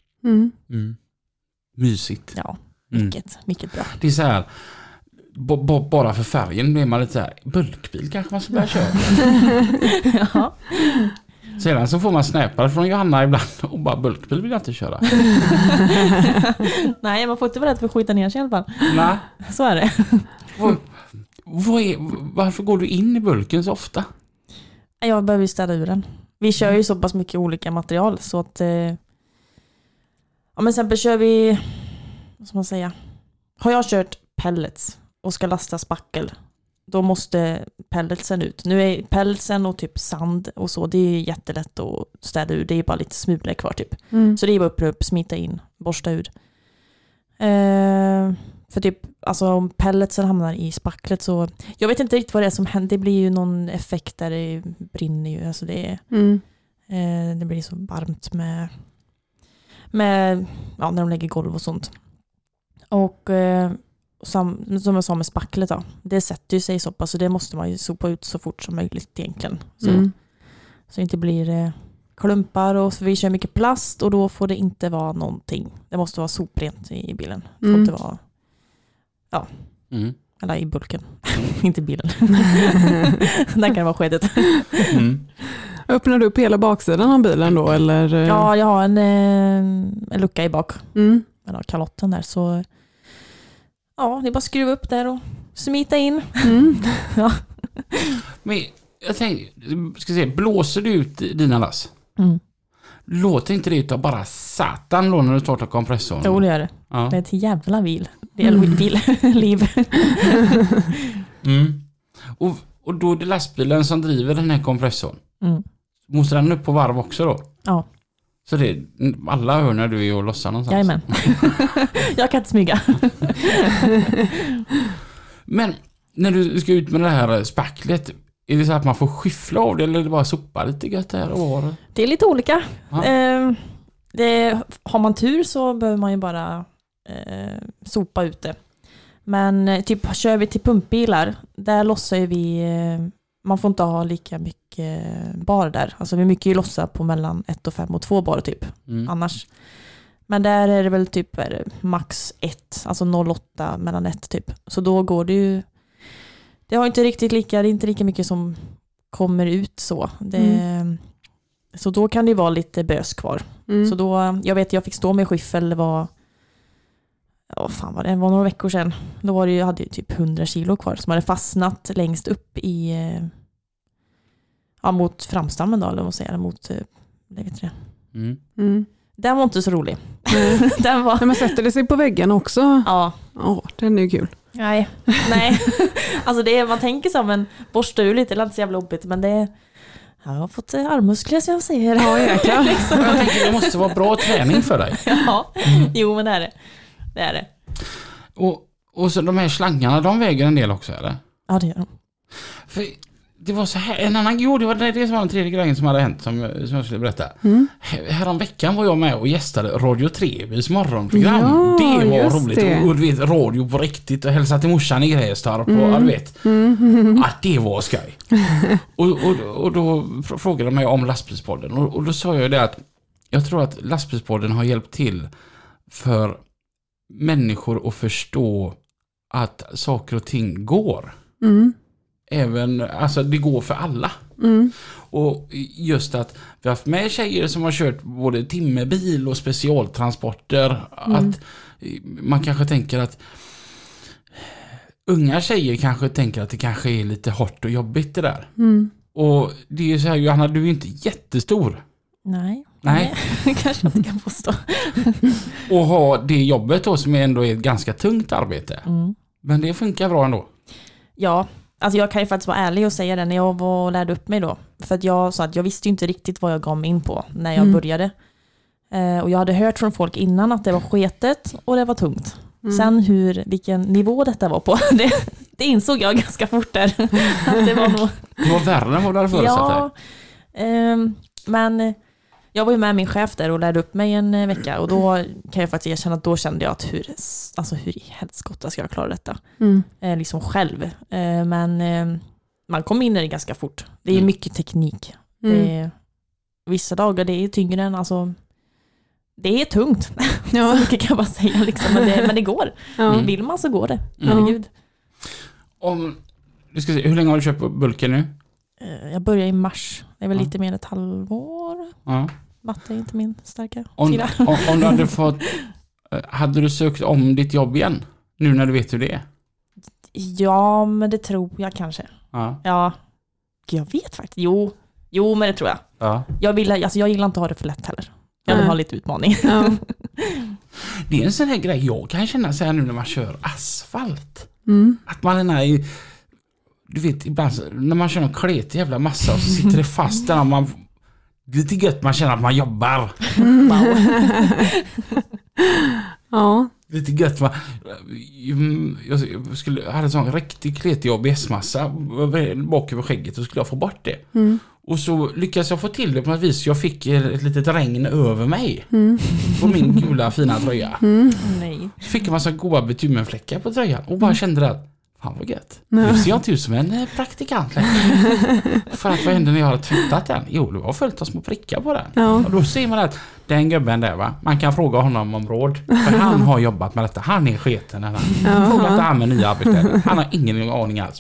Mysigt. Ja, mycket bra. Det är så här, bara för färgen blir man lite så här, bulkbil kanske man ska börja köra. Ja. Sedan så får man snäppar från Johanna ibland och bara bulkbil vill jag inte köra. Nej, man får inte vara rädd för att skita ner sig i alla fall. Nej. Så är det. Varför går du in i bulken så ofta? Jag behöver ju städa ur den. Vi kör ju så pass mycket olika material så att men exempel kör vi, vad ska man säga, har jag kört pellets och ska lasta spackel, då måste pelletsen ut. Nu är pelletsen och typ sand och så, det är jättelätt att städa ur. Det är bara lite smulor kvar typ. Så det är bara upp, smita in, borsta ut. För typ, alltså om pelletsen hamnar i spacklet så, jag vet inte riktigt vad det är som händer. Det blir ju någon effekt där det brinner ju. Alltså det blir så varmt med när de lägger golv och sånt. Och som jag sa med spacklet då, det sätter ju sig så pass, så det måste man ju sopa ut så fort som möjligt egentligen. Så det inte blir klumpar, och så vi kör mycket plast och då får det inte vara någonting. Det måste vara soprent i bilen. Det får inte vara eller i bulken. Inte bilen. Där kan det vara skedet. Öppnar du upp hela baksidan av bilen då? Eller? Ja, jag har en lucka i bak. Eller kalotten där, så ja, det är bara att skruva upp där och smita in. Ja. Men jag tänkte, ska se, blåser du ut dina lass? Låter inte det utav bara satan då när du startar kompressorn? Jo, det gör det. Ja. Det är ett jävla liv. Och då är det lastbilen som driver den här kompressorn. Måste den upp på varv också då? Ja. Så det alla hör när du är och lossar någonstans? Jajamän. Jag kan inte smyga. Men när du ska ut med det här spacklet, är det så att man får skyffla av det eller är det bara sopa lite gött här och var? Det är lite olika. Har man tur så behöver man ju bara sopa ut det. Men typ kör vi till pumpbilar, där lossar ju vi, man får inte ha lika mycket bar där. Alltså vi är mycket lossa på mellan 1 och 5 och 2 bar typ annars. Men där är det väl typ max 1, alltså 0,8 mellan 1 typ. Så då går det ju, det har inte riktigt lika, det är inte lika mycket som kommer ut så. Så då kan det vara lite bös kvar. Så då, jag fick stå med skyffel, det var det var några veckor sedan. Då var det hade jag typ 100 kilo kvar som hade fastnat längst upp i mot framstammen då, eller vad säger jag, mot det. Den var inte så rolig. Den var... Men man sätter det sig på väggen också. Ja. Den är ju kul. Nej. Alltså man tänker så, men borsta ur lite, det är inte så jävla jobbigt, men det jag har fått armmuskler så jag säger. Ja, jäklar. Liksom. Jag tänker det måste vara bra träning för dig. Ja, jo men det är det. Det är det. Och så de här slangarna, de väger en del också, eller? Ja, det gör de. För det var så här, det var det som var den tredje grejen som hade hänt som jag skulle berätta. Härom veckan var jag med och gästade Radio Trebys morgonprogram. Ja, det var roligt. Det. Och du vet, radio på riktigt och hälsa till morsan i Grästorp och du vet. Det var skoj. och då frågade de mig om lastbilspodden och då sa jag det att jag tror att lastbilspodden har hjälpt till för människor att förstå att saker och ting går. Även, alltså det går för alla. Och just att vi har haft med tjejer som har kört både timmerbil och specialtransporter. Att man kanske tänker att unga tjejer kanske tänker att det kanske är lite hårt och jobbigt det där. Och det är ju så här, Johanna, du är inte jättestor. Nej. Kanske inte kan påstå. Och ha det jobbet då som ändå är ett ganska tungt arbete. Men det funkar bra ändå. Ja, alltså jag kan ju faktiskt vara ärlig och säga det när jag var och lärde upp mig då. För att jag sa att jag visste ju inte riktigt vad jag gav mig in på när jag började. Och jag hade hört från folk innan att det var sketet och det var tungt. Sen vilken nivå detta var på, det insåg jag ganska fort där. Att det var värre än vad du hade förutsatt. Ja, men jag var ju med min chef där och lärde upp mig en vecka. Och då kan jag faktiskt erkänna att då kände jag att hur i helskotta ska jag klara detta? Liksom själv. Men man kom in i det ganska fort. Det är mycket teknik. Vissa dagar det är tyngre än det är tungt. Ja. Så mycket kan jag bara säga liksom. Men det går. Vill man så går det. Herregud. Du ska se, hur länge har du köpt på bulken nu? Jag börjar i mars. Det är väl lite mer än ett halvår. Matte är inte min starka sida. Om du hade fått... Hade du sökt om ditt jobb igen? Nu när du vet hur det är? Ja, men det tror jag kanske. Ja. Jag vet faktiskt. Jo, men det tror jag. Ja. Jag gillar inte att ha det för lätt heller. Jag vill ha lite utmaning. Ja. Det är en sån här grej jag kan känna så här nu när man kör asfalt. Att man är i... Du vet, ibland när man kör en kletig jävla massa och så sitter det fast där man... Det är lite gött man känner att man jobbar. Wow. Ja. Lite gött man... Jag hade en sån riktigt kletig ABS-massa bak över skägget och skulle jag få bort det. Och så lyckades jag få till det på något vis. Jag fick ett litet regn över mig. På min gula fina tröja. Nej. Så fick jag en massa goda bitumenfläckar på tröjan. Och bara kände att fan vad gött. Nu ser jag inte ut som en praktikant. För att vad hände när jag hade tvättat den? Jo, det var fullt av små prickar på den. Ja. Och då ser man att den gubben där, va? Man kan fråga honom om råd. För han har jobbat med detta. Han är sketen. Fråga inte han med nya arbeten. Han har ingen aning alls.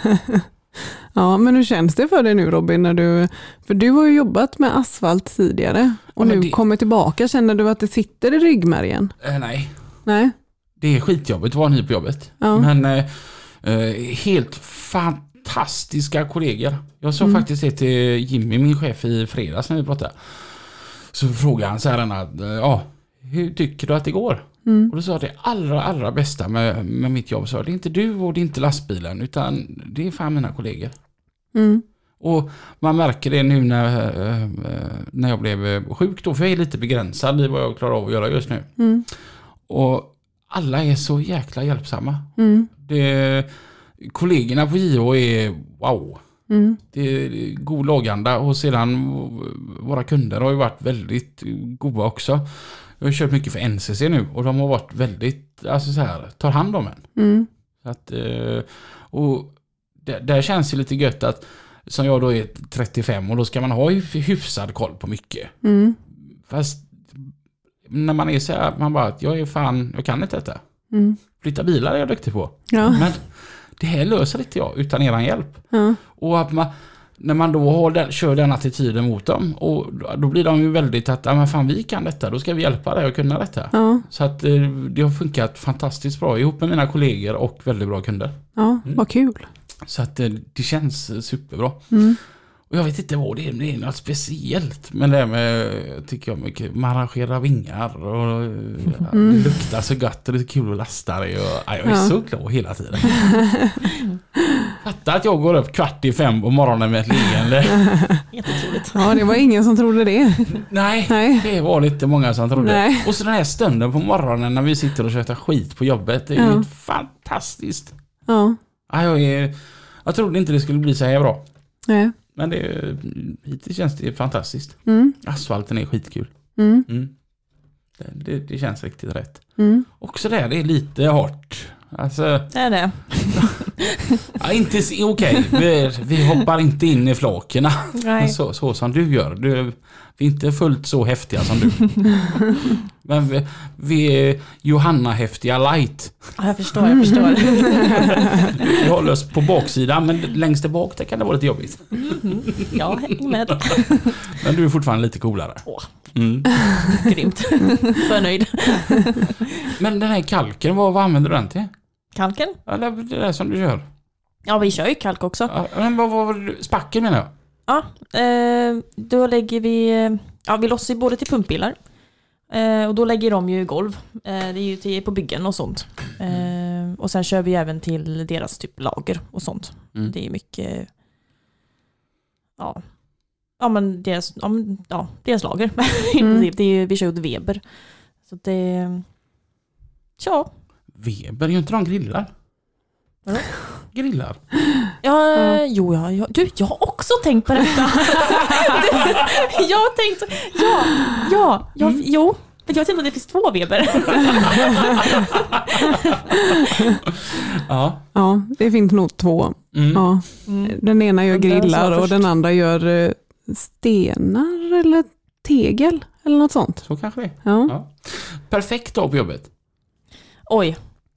Ja, men hur känns det för dig nu, Robin? För du har ju jobbat med asfalt tidigare. Och nu kommer tillbaka. Känner du att det sitter i ryggmärgen? Nej. Det är skitjobbigt att vara ny på jobbet. Ja. Men helt fantastiska kollegor. Jag sa faktiskt det till Jimmy, min chef, i fredags när vi pratade. Så frågade han så här, hur tycker du att det går? Och då sa jag det allra bästa med mitt jobb. Så det är inte du och det är inte lastbilen, utan det är fan mina kollegor. Och man märker det nu när jag blev sjuk då, för jag är lite begränsad i vad jag klarar av att göra just nu. Och alla är så jäkla hjälpsamma. Kollegorna på JO är wow. Det är god laganda, och sedan våra kunder har ju varit väldigt goda också. Jag har kört mycket för NCC nu och de har varit väldigt, alltså så här, tar hand om en. Så att, och där känns det lite gött att som jag då är 35 och då ska man ha hyfsad koll på mycket. Fast när man är så här, man bara att jag kan inte detta. Flytta bilar är jag duktig på. Ja. Men det här löser inte jag utan eran hjälp. Ja. Och att när man då kör den attityden mot dem, och då blir de ju väldigt att men fan, vi kan detta, då ska vi hjälpa dig att kunna detta. Ja. Så att det har funkat fantastiskt bra ihop med mina kollegor och väldigt bra kunder. Ja, vad kul. Så att det känns superbra. Och jag vet inte vad det är något speciellt. Men det är med, tycker jag, mycket, man arrangerar vingar och det luktar så gott och det är kul att lasta det. Och, jag är så glad hela tiden. Fatta att jag går upp 4:45 på morgonen med ett leende. Jättetroligt. Ja, det var ingen som trodde det. Nej, det var lite många som trodde. Nej. Och så den här stunden på morgonen när vi sitter och köter skit på jobbet. Det är fantastiskt. Ja. Jag trodde inte det skulle bli så här bra. Nej. Men hittills känns det fantastiskt. Asfalten är skitkul. Det känns riktigt rätt. Också det är lite hårt. Alltså, det är det. Ja, inte okej. Vi hoppar inte in i flakerna. Nej. Så som du gör. Vi är inte fullt så häftiga som du. Men vi är Johanna-häftiga light. Ja, jag förstår. Vi håller oss på baksidan, men längst där bak där kan det vara lite jobbigt. Ja, häng med. Men du är fortfarande lite coolare. Grymt. Så är nöjd. Men den här kalken, vad använder du den till? Kalken? Eller det där som du gör? Ja, vi kör ju kalk också. Ja, men vad var spacken menar jag? Ja, då lägger vi... Ja, vi lossar både till pumpbilar. Och då lägger de ju golv. Det är ju till, på byggen och sånt. Och sen kör vi även till deras typ lager och sånt. Det är mycket... Ja, men deras lager. Det är ju, vi kör ut Weber. Så det... Ja. Weber, är ju inte de grillar? Vadå? Grillar? Ja, jo, ja. Du, jag har också tänkt på detta. Jag har tänkt... Jo. Men jag tänkte att det finns 2 Weber. Ja, det finns nog 2. Ja. Den ena gör grillar och den andra gör stenar eller tegel eller något sånt. Så kanske det. Ja. Perfekt dag på jobbet. Oj.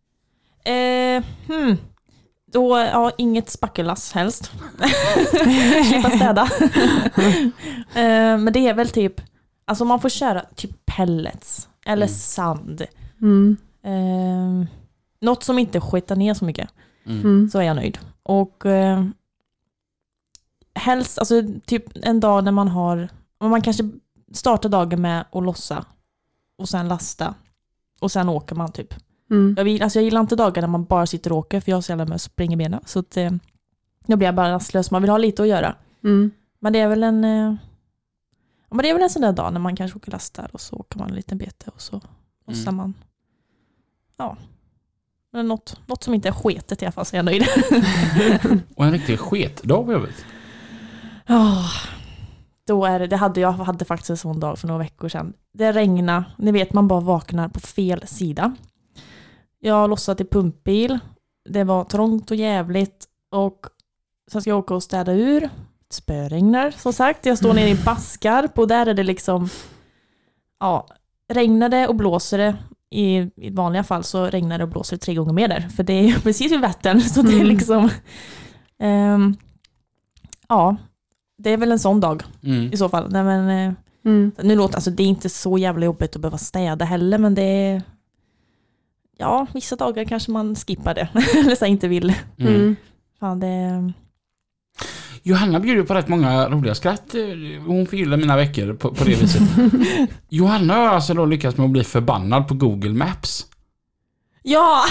Då, inget spackellass helst. Slippa städa. Men det är väl typ, alltså man får köra typ pellets eller sand. Något som inte skitar ner så mycket. Så är jag nöjd. Och helst, alltså typ en dag när man kanske startar dagen med att lossa och sen lasta och sen åker man typ. Jag gillar inte dagar när man bara sitter och åker, för jag har så jävla med att springa benen. Så att, då blir jag bara rastlös. Man vill ha lite att göra. Men det är väl en sån där dag när man kanske åker lastar och så åker man en liten bete och så lossar man. Ja. Men något som inte är sketet i alla fall, så är jag nöjd. Och en riktig sketdag på jobbet. Då är det, jag hade faktiskt en sån dag för några veckor sedan. Det regnade, ni vet, man bara vaknar på fel sida. Jag lossade till pumpbil. Det var trångt och jävligt. Och sen ska jag åka och städa ur. Spöregnar, som sagt. Jag står nere i Baskarp och där är det liksom... Ja, regnar det och blåser det. I vanliga fall så regnar det och blåser det 3 gånger mer där. För det är precis vid Vättern. Så det är liksom... ja, det är väl en sån dag i så fall. Nej, men, nu låter, alltså, det är inte så jävla jobbigt att behöva städa heller, men det är... Ja, vissa dagar kanske man skippar det. Eller så inte vill. Fan, det... Johanna bjuder på rätt många roliga skratt. Hon förgyller mina veckor på det viset. Johanna har alltså då lyckats med att bli förbannad på Google Maps. Ja!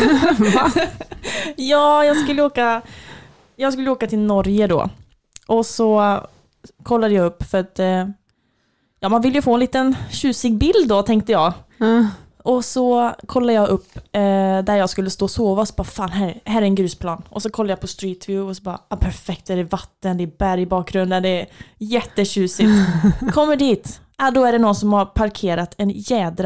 Ja, jag skulle åka till Norge då. Och så kollade jag upp för att... Ja, man vill ju få en liten tjusig bild då, tänkte jag. Och så kollade jag upp där jag skulle stå och sova och så bara, fan, här är en grusplan. Och så kollade jag på Street View och så bara, perfekt, det är vatten, det är berg i bakgrunden, det är jättetjusigt. Kommer dit, då är det någon som har parkerat en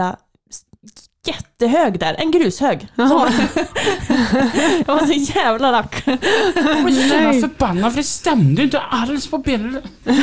jättehög där, en grushög. Jag var så jävla lack. Jag var så förbannad, för det stämde inte alls på bilden.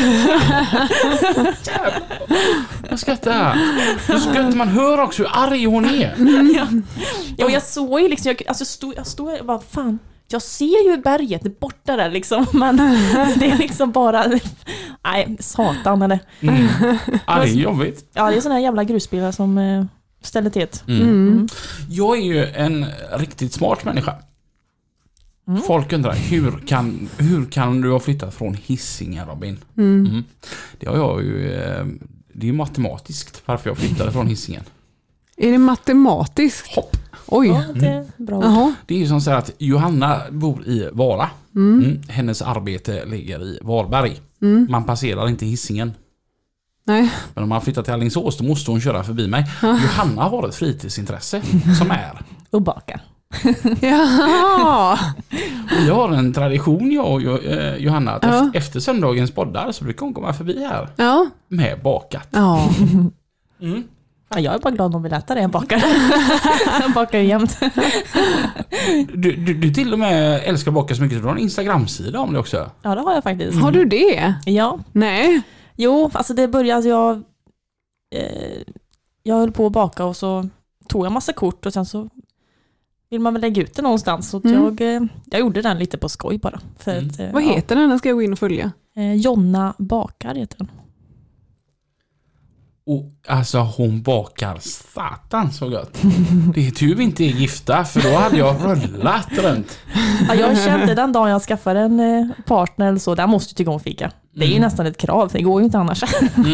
Jag skrattar. Man hör också hur arg hon är. Ja, och jag såg ju liksom, jag stod och bara, fan, jag ser ju berget borta där liksom, men det är liksom bara, nej, satan eller. Ja, det är jobbigt. Ja, det är såna här jävla grusbilar som ställer till. Jag är ju en riktigt smart människa. Folk undrar, hur kan du ha flyttat från Hisingen, Robin? Det har jag ju, det är ju matematiskt varför jag flyttade från Hisingen. Är det matematiskt? Hopp. Oj. Ja, det är bra. Det är ju som så att Johanna bor i Vara. Hennes arbete ligger i Varberg. Man passerar inte Hisingen. Nej. Men om man flyttar till Alingsås, då måste hon köra förbi mig. Johanna har ett fritidsintresse som är och baka. Ja. Och jag har en tradition, jag och Johanna, att efter söndagens poddar så brukar hon komma förbi här med bakat. Ja. Ja, jag är bara glad om vi äter det jag bakar. Jag bakar ju jämt. Du till och med älskar att baka så mycket så du har en Instagram-sida om det också. Ja, det har jag faktiskt. Har du det? Ja. Nej. Jo, alltså det började jag höll på att baka och så tog jag massa kort och sen så vill man väl lägga ut det någonstans. Så jag gjorde den lite på skoj bara. För att, Vad heter den? Den ska jag gå in och följa. Jonna bakar heter den. Och alltså hon bakar satan så gott. Det är tur vi inte är gifta för då hade jag rullat runt. Ja, jag kände den dagen jag skaffade en partner eller så, där måste du tycka om fika. Det är ju nästan ett krav, det går ju inte annars.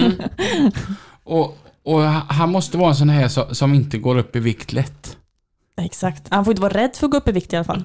Och han måste vara en sån här som inte går upp i vikt lätt. Exakt, han får inte vara rädd för att gå upp i vikt i alla fall.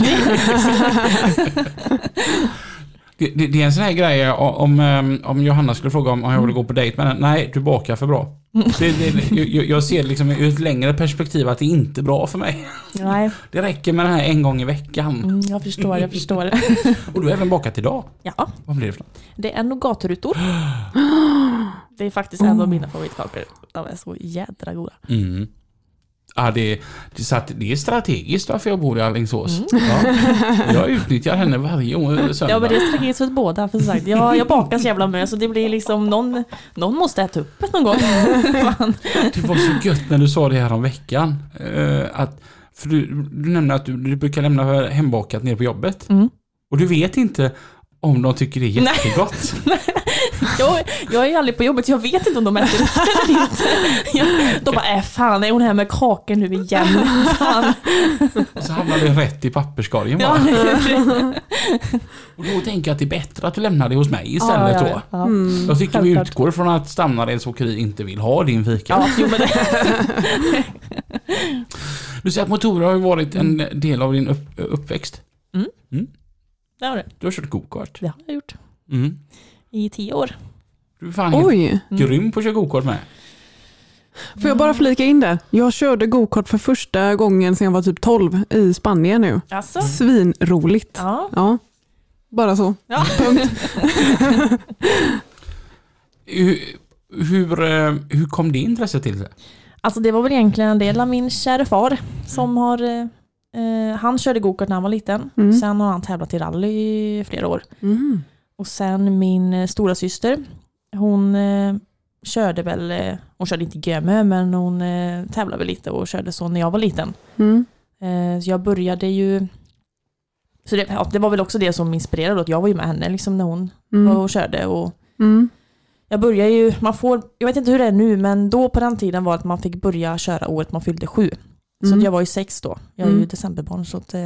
Det är en sån här grej om Johanna skulle fråga om jag vill gå på dejt med henne. Nej, du bakar för bra. Jag ser liksom ur ett längre perspektiv att det inte är bra för mig. Nej. Det räcker med den här en gång i veckan. Jag förstår. Och du har även bakat idag? Ja. Vad blir det för något? Det är nougatrutor. Det är faktiskt en av mina favoritkakor. De är så jädra goda. Ja, det är strategiskt varför jag bor i Alingsås. Ja. Jag utnyttjar henne varje söndag. Ja, men det är strategiskt för båda. För sagt. Jag bakar så jävla med så det blir liksom någon måste äta upp det någon gång. Det var så gött när du sa det här om veckan. För du nämnde att du brukar lämna hembakat ner på jobbet. Och du vet inte om de tycker det är jättegott. Jag är aldrig på jobbet. Jag vet inte om de äter upp det eller inte. De bara, fan, är hon här med kaken nu igen? Fan. Och så hamnar det rätt i papperskorgen bara. Och då tänker jag att det är bättre att du lämnar det hos mig istället då. Ja. Jag tycker vi utgår från att Stamnareds åkeri inte vill ha din fika. Ja, jo, men det. Du säger att motorer har ju varit en del av din uppväxt. Det har det. Du har kört go-kart. Det har jag gjort. I 10 år. Du är fan helt grym på att köra go-kart med. Får jag bara flika in där? Jag körde go-kart för första gången sedan jag var typ 12 i Spanien nu. Alltså? Svinroligt. Ja. Bara så. Ja. Punkt. Hur kom det intresset till sig? Alltså det var väl egentligen en del av min kära far som har... han körde go-kart när han var liten. Sen har han tävlat i rally i flera år. Och sen min stora syster, hon körde väl, hon körde inte GMÖ men hon tävlade väl lite och körde så när jag var liten. Så jag började ju, så det var väl också det som inspirerade att jag var ju med henne liksom när hon var och körde och jag började ju, jag vet inte hur det är nu men då på den tiden var att man fick börja köra året man fyllde 7. Så jag var ju 6 då. Jag är ju decemberbarn så att,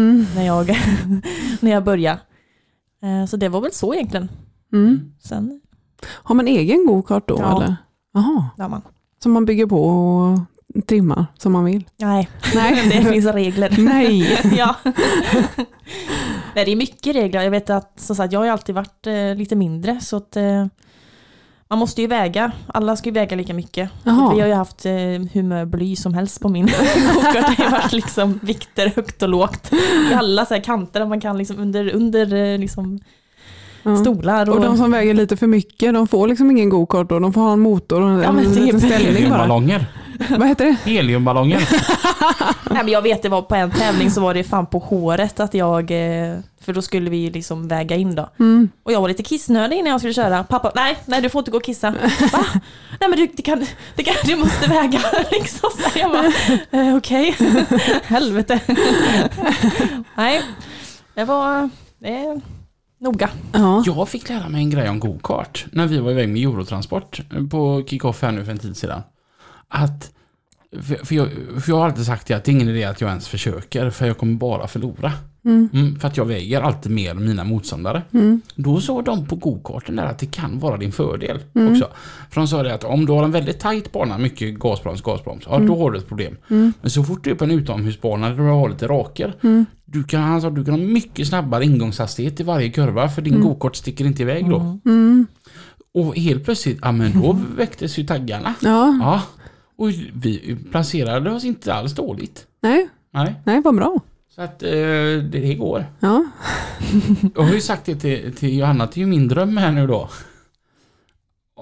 när jag började. Så det var väl så egentligen. Sen. Har man egen go-kart då? Ja. Eller? Jaha. Ja, man. Som man bygger på och trimmar som man vill? Nej. Det finns regler. Nej. Ja. Nej, det är mycket regler. Jag vet att så sagt, jag har ju alltid varit lite mindre så att man måste ju väga. Alla ska ju väga lika mycket. Vi har ju haft hur mycket bly som helst på min go-kart. Det har varit liksom vikter högt och lågt. I alla så här kanter där man kan liksom under liksom stolar. Och de som väger lite för mycket, de får liksom ingen go-kart då. De får ha en motor och en liten ställning bara. Heliumballonger. Vad heter det? Heliumballonger. Nej, men jag vet det var på en tävling så var det fan på håret att jag, för då skulle vi liksom väga in då. Och jag var lite kissnödig innan jag skulle köra. Pappa, nej du får inte gå och kissa. Va? Nej men du måste väga liksom. Så jag bara, okej. Helvete. Nej, det var noga. Ja. Jag fick lära mig en grej om go-kart när vi var iväg med Eurotransport på kick-off här nu för en tid sedan. Att, för jag har alltid sagt att det är ingen idé att jag ens försöker för jag kommer bara förlora. För att jag väger alltid mer än mina motståndare. Då såg de på go-karten där att det kan vara din fördel också. För de sa det att om du har en väldigt tajt bana, mycket gasbroms, ja, då har du ett problem. Men så fort du är på en utomhusbana där du har lite raker, du kan ha mycket snabbare ingångshastighet i varje kurva för din go-kart sticker inte iväg då. Och helt plötsligt, ja men då väcktes ju taggarna. Ja. Och vi placerade oss inte alls dåligt. Nej, vad bra. Så att det går. Ja. Jag har ju sagt det till Johanna, det är ju min dröm här nu då.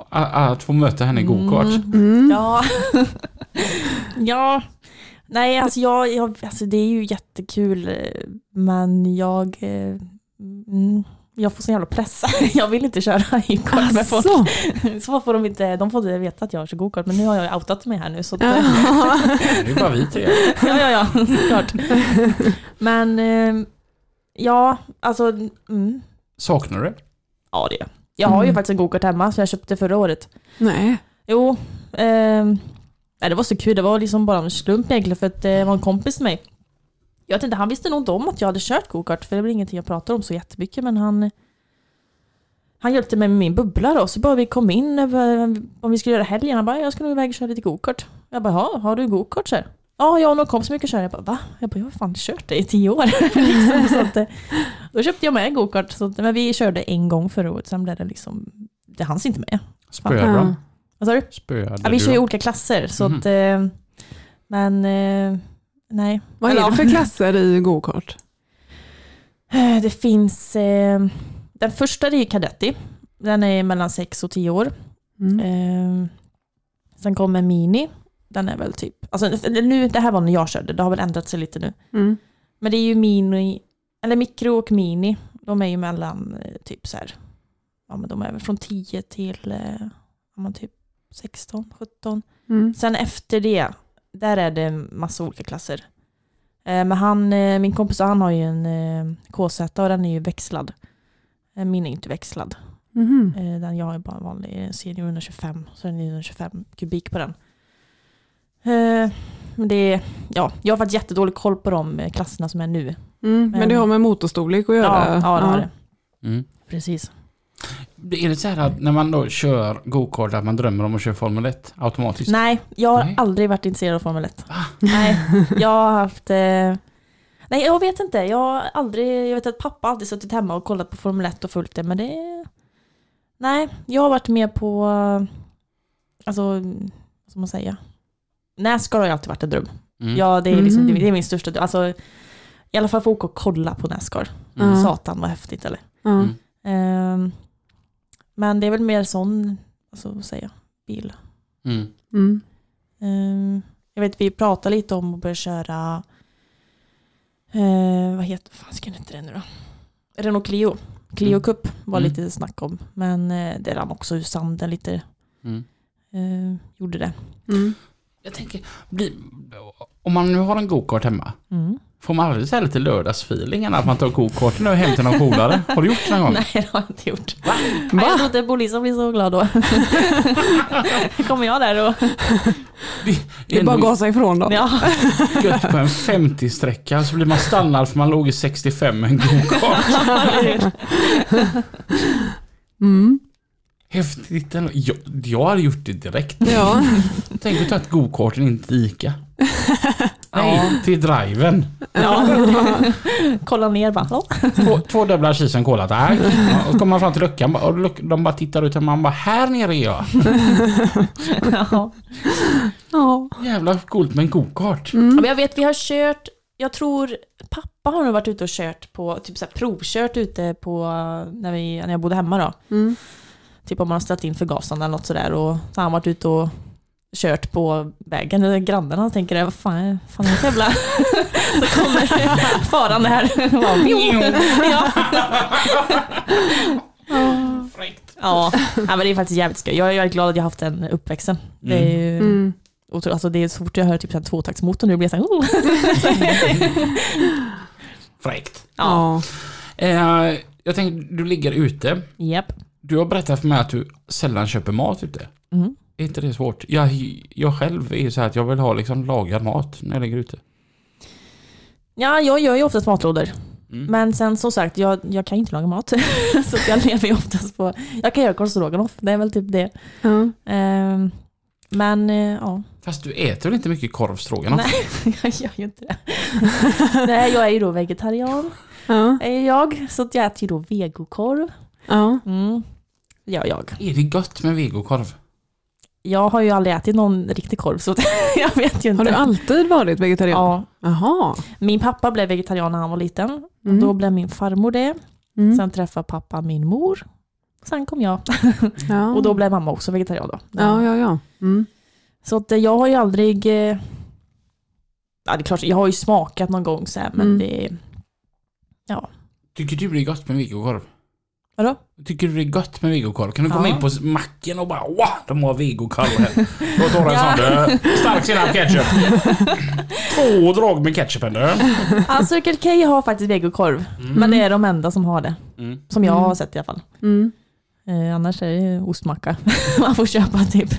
att få möta henne i go-kart. Ja. Ja. Nej, alltså alltså det är ju jättekul, men jag får så jävla pressa. Jag vill inte köra i kart med folk. Så får de får veta att jag kör go-kart, men nu har jag outat mig här nu. Så det är bara vi tre. Ja, klart. Men ja, alltså... Saknar du det? Ja, det är. Jag har ju faktiskt en go-kart hemma, så jag köpte förra året. Nej. Jo, det var så kul. Det var liksom bara en slump egentligen, för att det var en kompis till mig. Jag vet inte, han visste nog inte om att jag hade kört go-kart, för det var ingenting jag pratade om så jättemycket, men han hjälpte mig med min bubbla då, så bara vi kom in om vi skulle göra helgen. Han bara, jag ska nog iväg och köra lite go-kart. Jag bara, har du go-kart så här? Ja, jag och någon kompis mycket kör. Jag bara, va? Jag har fan kört det i 10 år. Liksom, så att, då köpte jag med en go-kart. Men vi körde en gång förra året, sen blev det liksom, det hanns inte med. Spöade de? Vad sa du? Spöade vi kör ju olika klasser, så att, men nej. Vad är det för klasser i go-kart? Det finns, den första är kadetti. Den är mellan 6 och 10 år. Sen kommer mini. Den är väl typ, alltså nu, det här var när jag körde, det har väl ändrat sig lite nu. Men det är ju mini, eller mikro och mini. De är ju mellan typ så här, ja men de är väl från 10 till typ 16, 17. Sen efter det, där är det massa olika klasser. Men min kompis, han har ju en KZ och den är ju växlad. Min är inte växlad. Den jag har bara en vanlig senior 125, så den är 125 kubik på den. Men det, ja, jag har faktiskt jättedålig koll på de klasserna som är nu. Men det har med motorstorlek att göra? Ja, det har det. Precis. Är det så här att när man då kör go-kart att man drömmer om att köra Formel 1 automatiskt? Nej, jag har aldrig varit intresserad av Formel 1. Nej, jag har haft... nej, jag vet inte. Jag vet att pappa alltid suttit hemma och kollat på Formel 1 och följt det, men det... Nej, jag har varit med på... Alltså, vad ska man säga? NASCAR har ju alltid varit en dröm. Ja, det är liksom, det är min största dröm. Alltså, i alla fall få åka och kolla på NASCAR. Satan, vad häftigt, eller? Men det är väl mer sån, alltså vad säger bil. Jag vet, vi pratade lite om att börja köra vad heter, fan ska inte det nu då? Renault Clio. Clio Cup var lite snack om, men det rann också ur sanden lite. Gjorde det. Jag tänker, om man nu har en go-kart hemma, får man aldrig säga lite lördagsfeelingen att man tar go-karten och hem till någon coolare? Har du gjort det någon gång? Nej, det har jag inte gjort. Va? Jag tror inte polisen blir så glad då. Kommer jag där och... Det är bara att gasa ifrån då. Ja. Gött på en 50-sträcka så blir man stannad för man låg i 65 med en go-kart. Häftigt. Jag hade gjort det direkt. Ja. Tänk att ta ett go-karten in till Ica. Nej, till driven. Ja. Kolla ner bara. Två dubbla cheese och cola, tack. Ja, och så kommer man fram till luckan och de bara tittar ut och man bara, här nere är jag. Jävla coolt med en go-kart. Men jag vet, vi har kört, jag tror pappa har nog varit ute och kört på, typ så här provkört ute på, när jag bodde hemma då. Typ om man har ställt in förgasaren eller något sådär, och så har han varit ute och kört på vägen, och grannarna tänker, vad fan är det jävla så kommer faran här. Ja, men det är faktiskt jävligt skoj. Jag är glad att jag har haft den uppväxten. Det är ju alltså det är så fort jag hör typ en tvåtaktsmotor nu blir jag så här. Fräckt. Ja. Jag tänkte, du ligger ute. Japp. Du har berättat för mig att du sällan köper mat ute. Är inte det svårt? Jag själv är så här att jag vill ha liksom lagad mat när jag ligger ute. Ja, jag gör ju oftast matlådor. Men sen som sagt, jag kan inte laga mat. Så jag lever ju oftast på... Jag kan göra korvstroganoff, det är väl typ det. Men, ja. Fast du äter väl inte mycket korvstroganoff? Nej, jag gör ju inte det. Nej, jag är ju då vegetarian. Är jag, så att jag äter ju då vegokorv. Ja, jag. Är det gott med vegokorv? Jag har ju aldrig ätit någon riktig korv, så jag vet ju inte. Har du alltid varit vegetarian? Ja. Aha. Min pappa blev vegetarian när han var liten. Och då blev min farmor det. Sen träffade pappa min mor. Sen kom jag. Ja. Och då blev mamma också vegetarian då. Ja. Mm. Så att jag har ju aldrig... Ja, det är klart, jag har ju smakat någon gång så här, men det... Ja. Tycker du det är gott med vegokorv? Vadå? Tycker du det är gott med vegokorv? Kan du komma in på macken och bara wow, de har vegokorv här. Då tar du en sån stark senap ketchup. 2 drag med ketchupen där. Alltså Circle K har faktiskt vegokorv. Men det är de enda som har det. Som jag har sett i alla fall. Annars är det ostmacka. Man får köpa typ.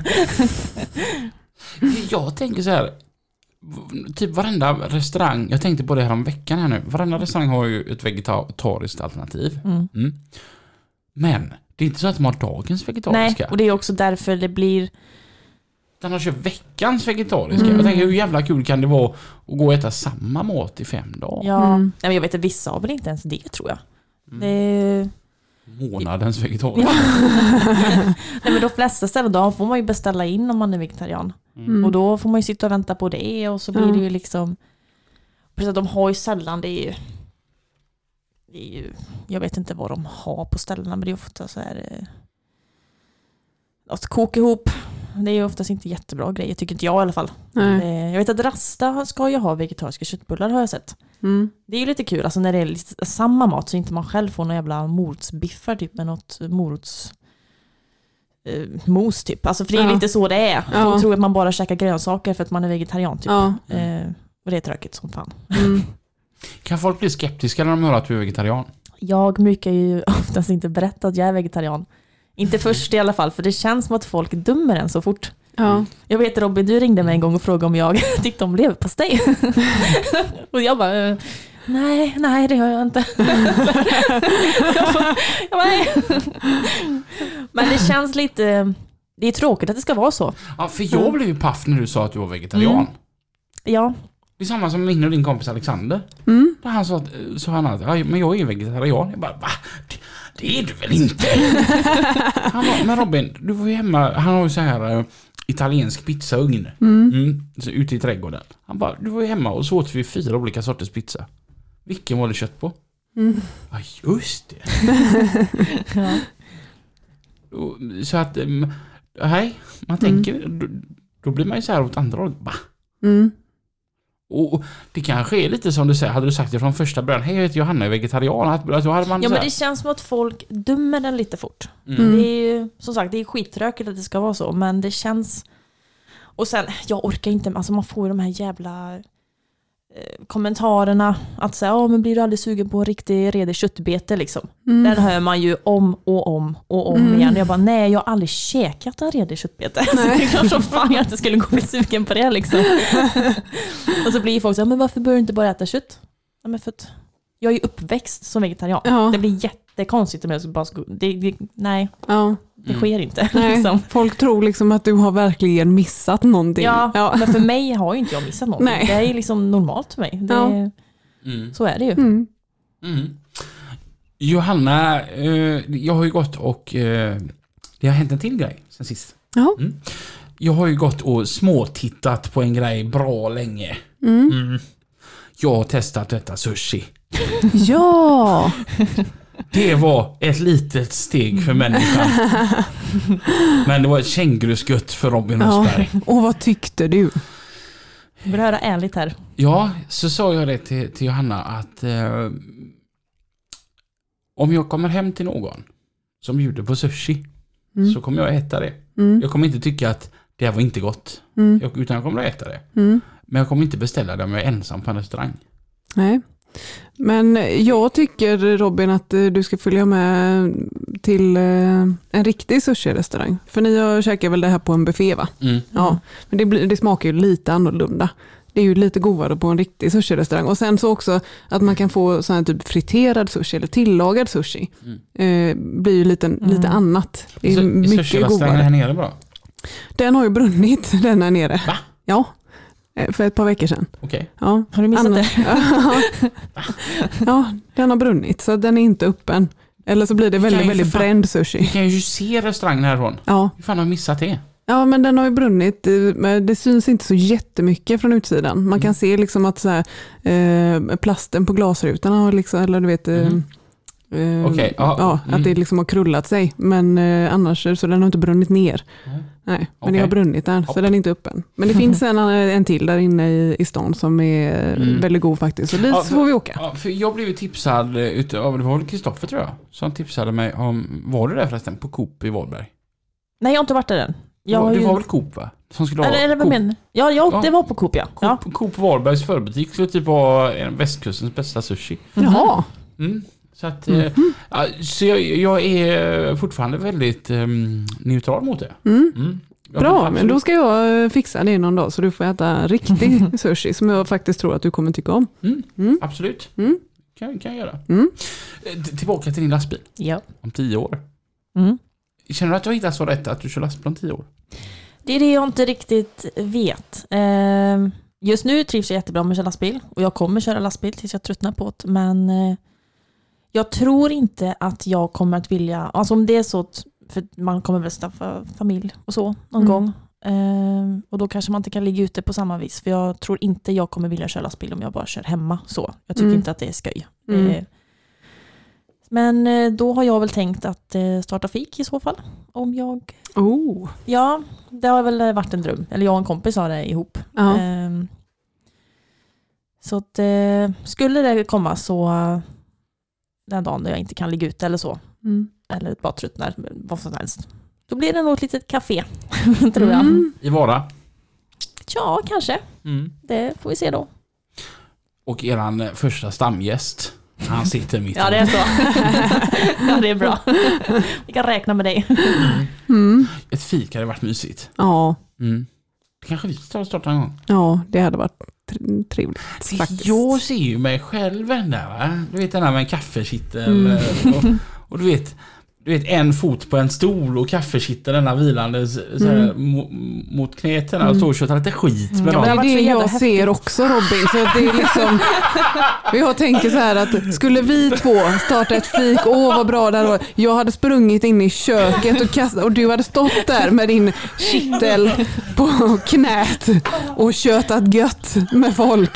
Jag tänker så här. Typ varenda restaurang, jag tänkte på det här om veckan här nu. Varenda restaurang har ju ett vegetariskt alternativ. Men det är inte så att de har dagens vegetariska. Nej, och det är också därför det blir... Den har köpt veckans vegetariska. Jag tänker hur jävla kul kan det vara att gå och äta samma mat i 5 dagar? Ja, nej, men jag vet att vissa har väl inte ens det, tror jag. Det... Månadens vegetariska. Nej, men de flesta ställen då får man ju beställa in om man är vegetarian. Och då får man ju sitta och vänta på det och så blir det ju liksom... Precis att de har ju sällan, det är ju... Jag vet inte vad de har på ställena, men det är ofta så här... Att koka ihop. Det är ju oftast inte jättebra grejer, tycker inte jag i alla fall. Jag vet att Rasta ska ju ha vegetariska köttbullar, har jag sett. Det är ju lite kul, alltså när det är lite samma mat så inte man själv får några jävla morotsbiffar typ med något mos typ. Alltså för det är lite så det är. Folk tror att man bara käkar grönsaker för att man är vegetarian typ. Och det är tråkigt som fan. Kan folk bli skeptiska när de hör att du är vegetarian? Jag brukar ju oftast inte berätta att jag är vegetarian. Inte först i alla fall, för det känns som att folk dömer en så fort. Ja. Jag vet Robin, du ringde mig en gång och frågade om jag tyckte om leverpastej. Och jag bara, nej det gör jag inte. Nej. Men det känns lite, det är tråkigt att det ska vara så. Ja, för jag blev ju paff när du sa att du var vegetarian. Ja. Det är samma som min och din kompis Alexander. Där han sa att men jag är ju vegetarian. Jag bara, va? Det är du väl inte? Han bara, men Robin, du var ju hemma. Han har ju så här italiensk pizzaugn så ute i trädgården. Han bara, du var ju hemma och så åt vi 4 olika sorters pizza. Vilken var det kött på? Ja, just det. Ja. Så att, nej, man tänker, då blir man ju så här åt andra hållet. Och det kanske är lite som du säger, hade du sagt det från första början, hej jag heter Johanna, jag är vegetarian. Då hade man men det känns som att folk dömer den lite fort. Det är ju, som sagt, det är skitrökigt att det ska vara så, men det känns... Och sen, jag orkar inte, alltså man får ju de här jävla kommentarerna att säga, men blir du aldrig sugen på en riktig redig köttbete liksom. Den hör man ju om igen. Jag bara, nej, jag har aldrig käkat en redig köttbete. Så det är klart som fan jag inte skulle gå bli sugen på det liksom. Och så blir folk så här, men varför börjar du inte bara äta kött? Ja, men för att jag är ju uppväxt som vegetarian. Ja. Det blir jättekonstigt om jag bara nej. Ja. Det sker inte. Nej, liksom. Folk tror liksom att du har verkligen missat någonting. Ja, men för mig har ju inte jag missat någonting. Nej. Det är liksom normalt för mig. Så är det ju. Johanna, jag har ju gått och det har hänt en till grej sen sist. Jag har ju gått och småtittat på en grej bra länge. Jag har testat detta sushi. Ja! Det var ett litet steg för människan. Men det var ett känguruskutt för Robin Östberg. Och vad tyckte du? Jag vill höra ärligt här. Ja, så sa jag det till Johanna att om jag kommer hem till någon som bjuder på sushi så kommer jag äta det. Jag kommer inte tycka att det här var inte gott. Utan jag kommer att äta det. Men jag kommer inte beställa det om jag är ensam på en restaurang. Nej. Men jag tycker, Robin, att du ska följa med till en riktig sushi-restaurang. För ni käkar väl det här på en buffé, va? Ja, men det smakar ju lite annorlunda. Det är ju lite godare på en riktig sushi-restaurang. Och sen så också att man kan få sån här typ friterad sushi eller tillagad sushi. Blir ju lite annat. Det är mycket godare. Här nere bra? Den har ju brunnit, den här nere. Va? Ja. För ett par veckor sedan. Okej. Ja. Har du missat det? Ja, den har brunnit så den är inte öppen. Eller så blir det väldigt bränd sushi. Vi kan ju se restaurangen härifrån. Ja. Hur fan har jag missat det? Ja, men den har ju brunnit. Det syns inte så jättemycket från utsidan. Man kan se liksom att så här, plasten på glasrutorna har liksom, eller du vet, Okej, ja. Att det liksom har krullat sig. Men annars så den har inte brunnit ner. Nej, men det har brunnit där, så den är inte öppen. Men det finns en till där inne i stan som är väldigt god faktiskt. Så dit får vi åka. Ja, för jag blev tipsad av, det var väl Kristoffer tror jag, som tipsade mig om, var det där förresten på Coop i Varberg? Nej, jag har inte varit där än. Det var väl Coop va? Som skulle eller vad menar du? Ja, det var på Coop, ja. Coop Varbergs förbutik skulle typ vara västkustens bästa sushi. Jaha. Så att så jag är fortfarande väldigt neutral mot det. Bra, men då ska jag fixa det någon dag så du får äta riktig sushi som jag faktiskt tror att du kommer tycka om. Absolut. Kan jag göra. Tillbaka till din lastbil. Ja. Om 10 år. Känner du att du har hittat så rätt att du kör lastbil om 10 år? Det är det jag inte riktigt vet. Just nu trivs jag jättebra med att köra lastbil. Och jag kommer köra lastbil tills jag tröttnar på det. Men jag tror inte att jag kommer att vilja... Alltså om det är så... För man kommer väl skaffa familj och så någon gång. Och då kanske man inte kan ligga ute på samma vis. För jag tror inte jag kommer vilja köra lastbil om jag bara kör hemma. Så. Jag tycker inte att det är skoj. Men då har jag väl tänkt att starta fik i så fall. Om jag... Ja, det har väl varit en dröm. Eller jag och en kompis har det ihop. Så att skulle det komma så den dagen där jag inte kan ligga ute eller så. Eller bara tröttnar, vad som helst. Då blir det nog ett litet café, tror jag. I Vara? Ja, kanske. Det får vi se då. Och eran första stamgäst, han sitter mitt. Ja, det är så. Ja, det är bra. Vi kan räkna med dig. Ett fik hade varit mysigt. Ja. Kanske vi ska starta en gång. Ja, det hade varit trevligt faktiskt. Jag ser ju mig själv där, va? Du vet den här med en kaffekittel och du vet en fot på en stol och kaffekitteln denna vilande mot knäten och så och köta lite skit med dem. Det är det jag ser också, Robin. Så det är liksom, jag tänker så här att skulle vi två starta ett fik, vad bra där var. Jag hade sprungit in i köket och kastat, och du hade stått där med din kittel på knät och kötat gött med folk.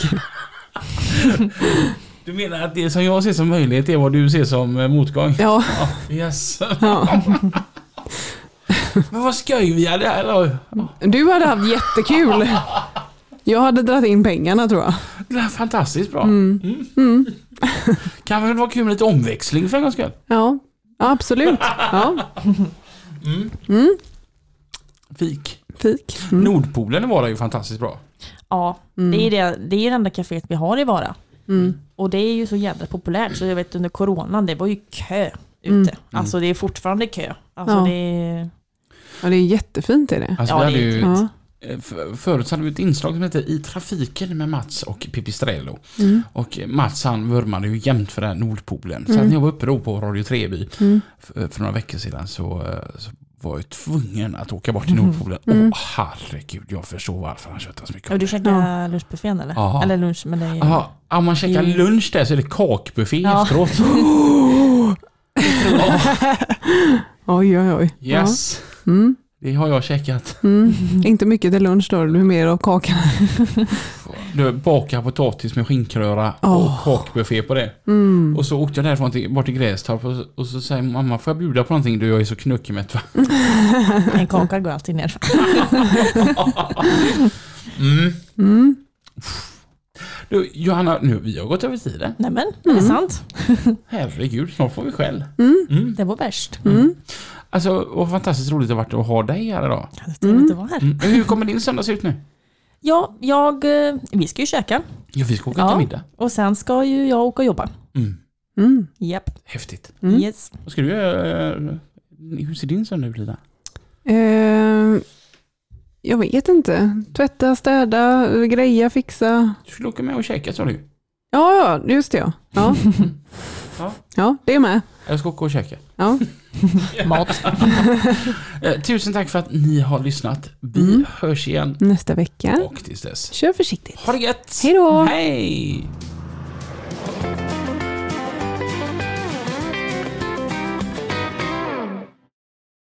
Du menar att det som jag ser som möjlighet är vad du ser som motgång? Ja. Yes. Ja. Men vad skoj vi hade här. Du hade haft jättekul. Jag hade dragit in pengarna, tror jag. Det är fantastiskt bra. Kan väl vara kul med lite omväxling för en gångs skull? Ja, absolut. Ja. Fik. Nordpolen var ju fantastiskt bra. Ja, det är det enda kaféet vi har i Vara. Och det är ju så jävla populärt. Så jag vet under coronan, det var ju kö ute. Alltså det är fortfarande kö. Alltså det är jättefint är det. Alltså, förut hade vi ett inslag som heter I trafiken med Mats och Pipistrello. Och Mats han vurmade ju jämt för den här Nordpolen. Så när jag var uppe då på Radio Treby för några veckor sedan så var jag tvungen att åka bort till Nordpolen. Herregud, jag förstår varför han köttar så mycket. Och du käkar lunchbuffén eller? Aha. Eller lunch med dig? Ja, om man käkar lunch där så är det kakbuffé efteråt. Oj. Yes. Det har jag käkat. Inte mycket till lunch då, du är mer av kakan. Du bakar potatis med skinkröra och kakbuffé på det. Och så åkte jag därifrån bort till Grästorp och så säger mamma, får jag bjuda på någonting? Du, jag är så knuckmätt, va? En kaka går alltid ner. Du, Johanna, nu vi har gått över tiden. Nämen, är det sant? Herregud, snart får vi skäll. Det var värst. Alltså, vad fantastiskt roligt det har varit att ha dig här idag. Det är inte vara här. Hur kommer din söndag se ut nu? Ja, vi ska ju käka. Ja, vi ska åka till middag. Och sen ska ju jag åka och jobba. Japp. Häftigt. Yes. Vad ska du göra? Hur ser din söndag ut, Lida? Jag vet inte. Tvätta, städa, greja, fixa. Du skulle åka med och käka, sa du. Ja, just det. Ja. Ja, det är med. Jag ska åka och käka. Ja. Mat. Tusen tack för att ni har lyssnat. Vi hörs igen nästa vecka. och tills dess. Kör försiktigt. Ha det gött. Hej då. Hej.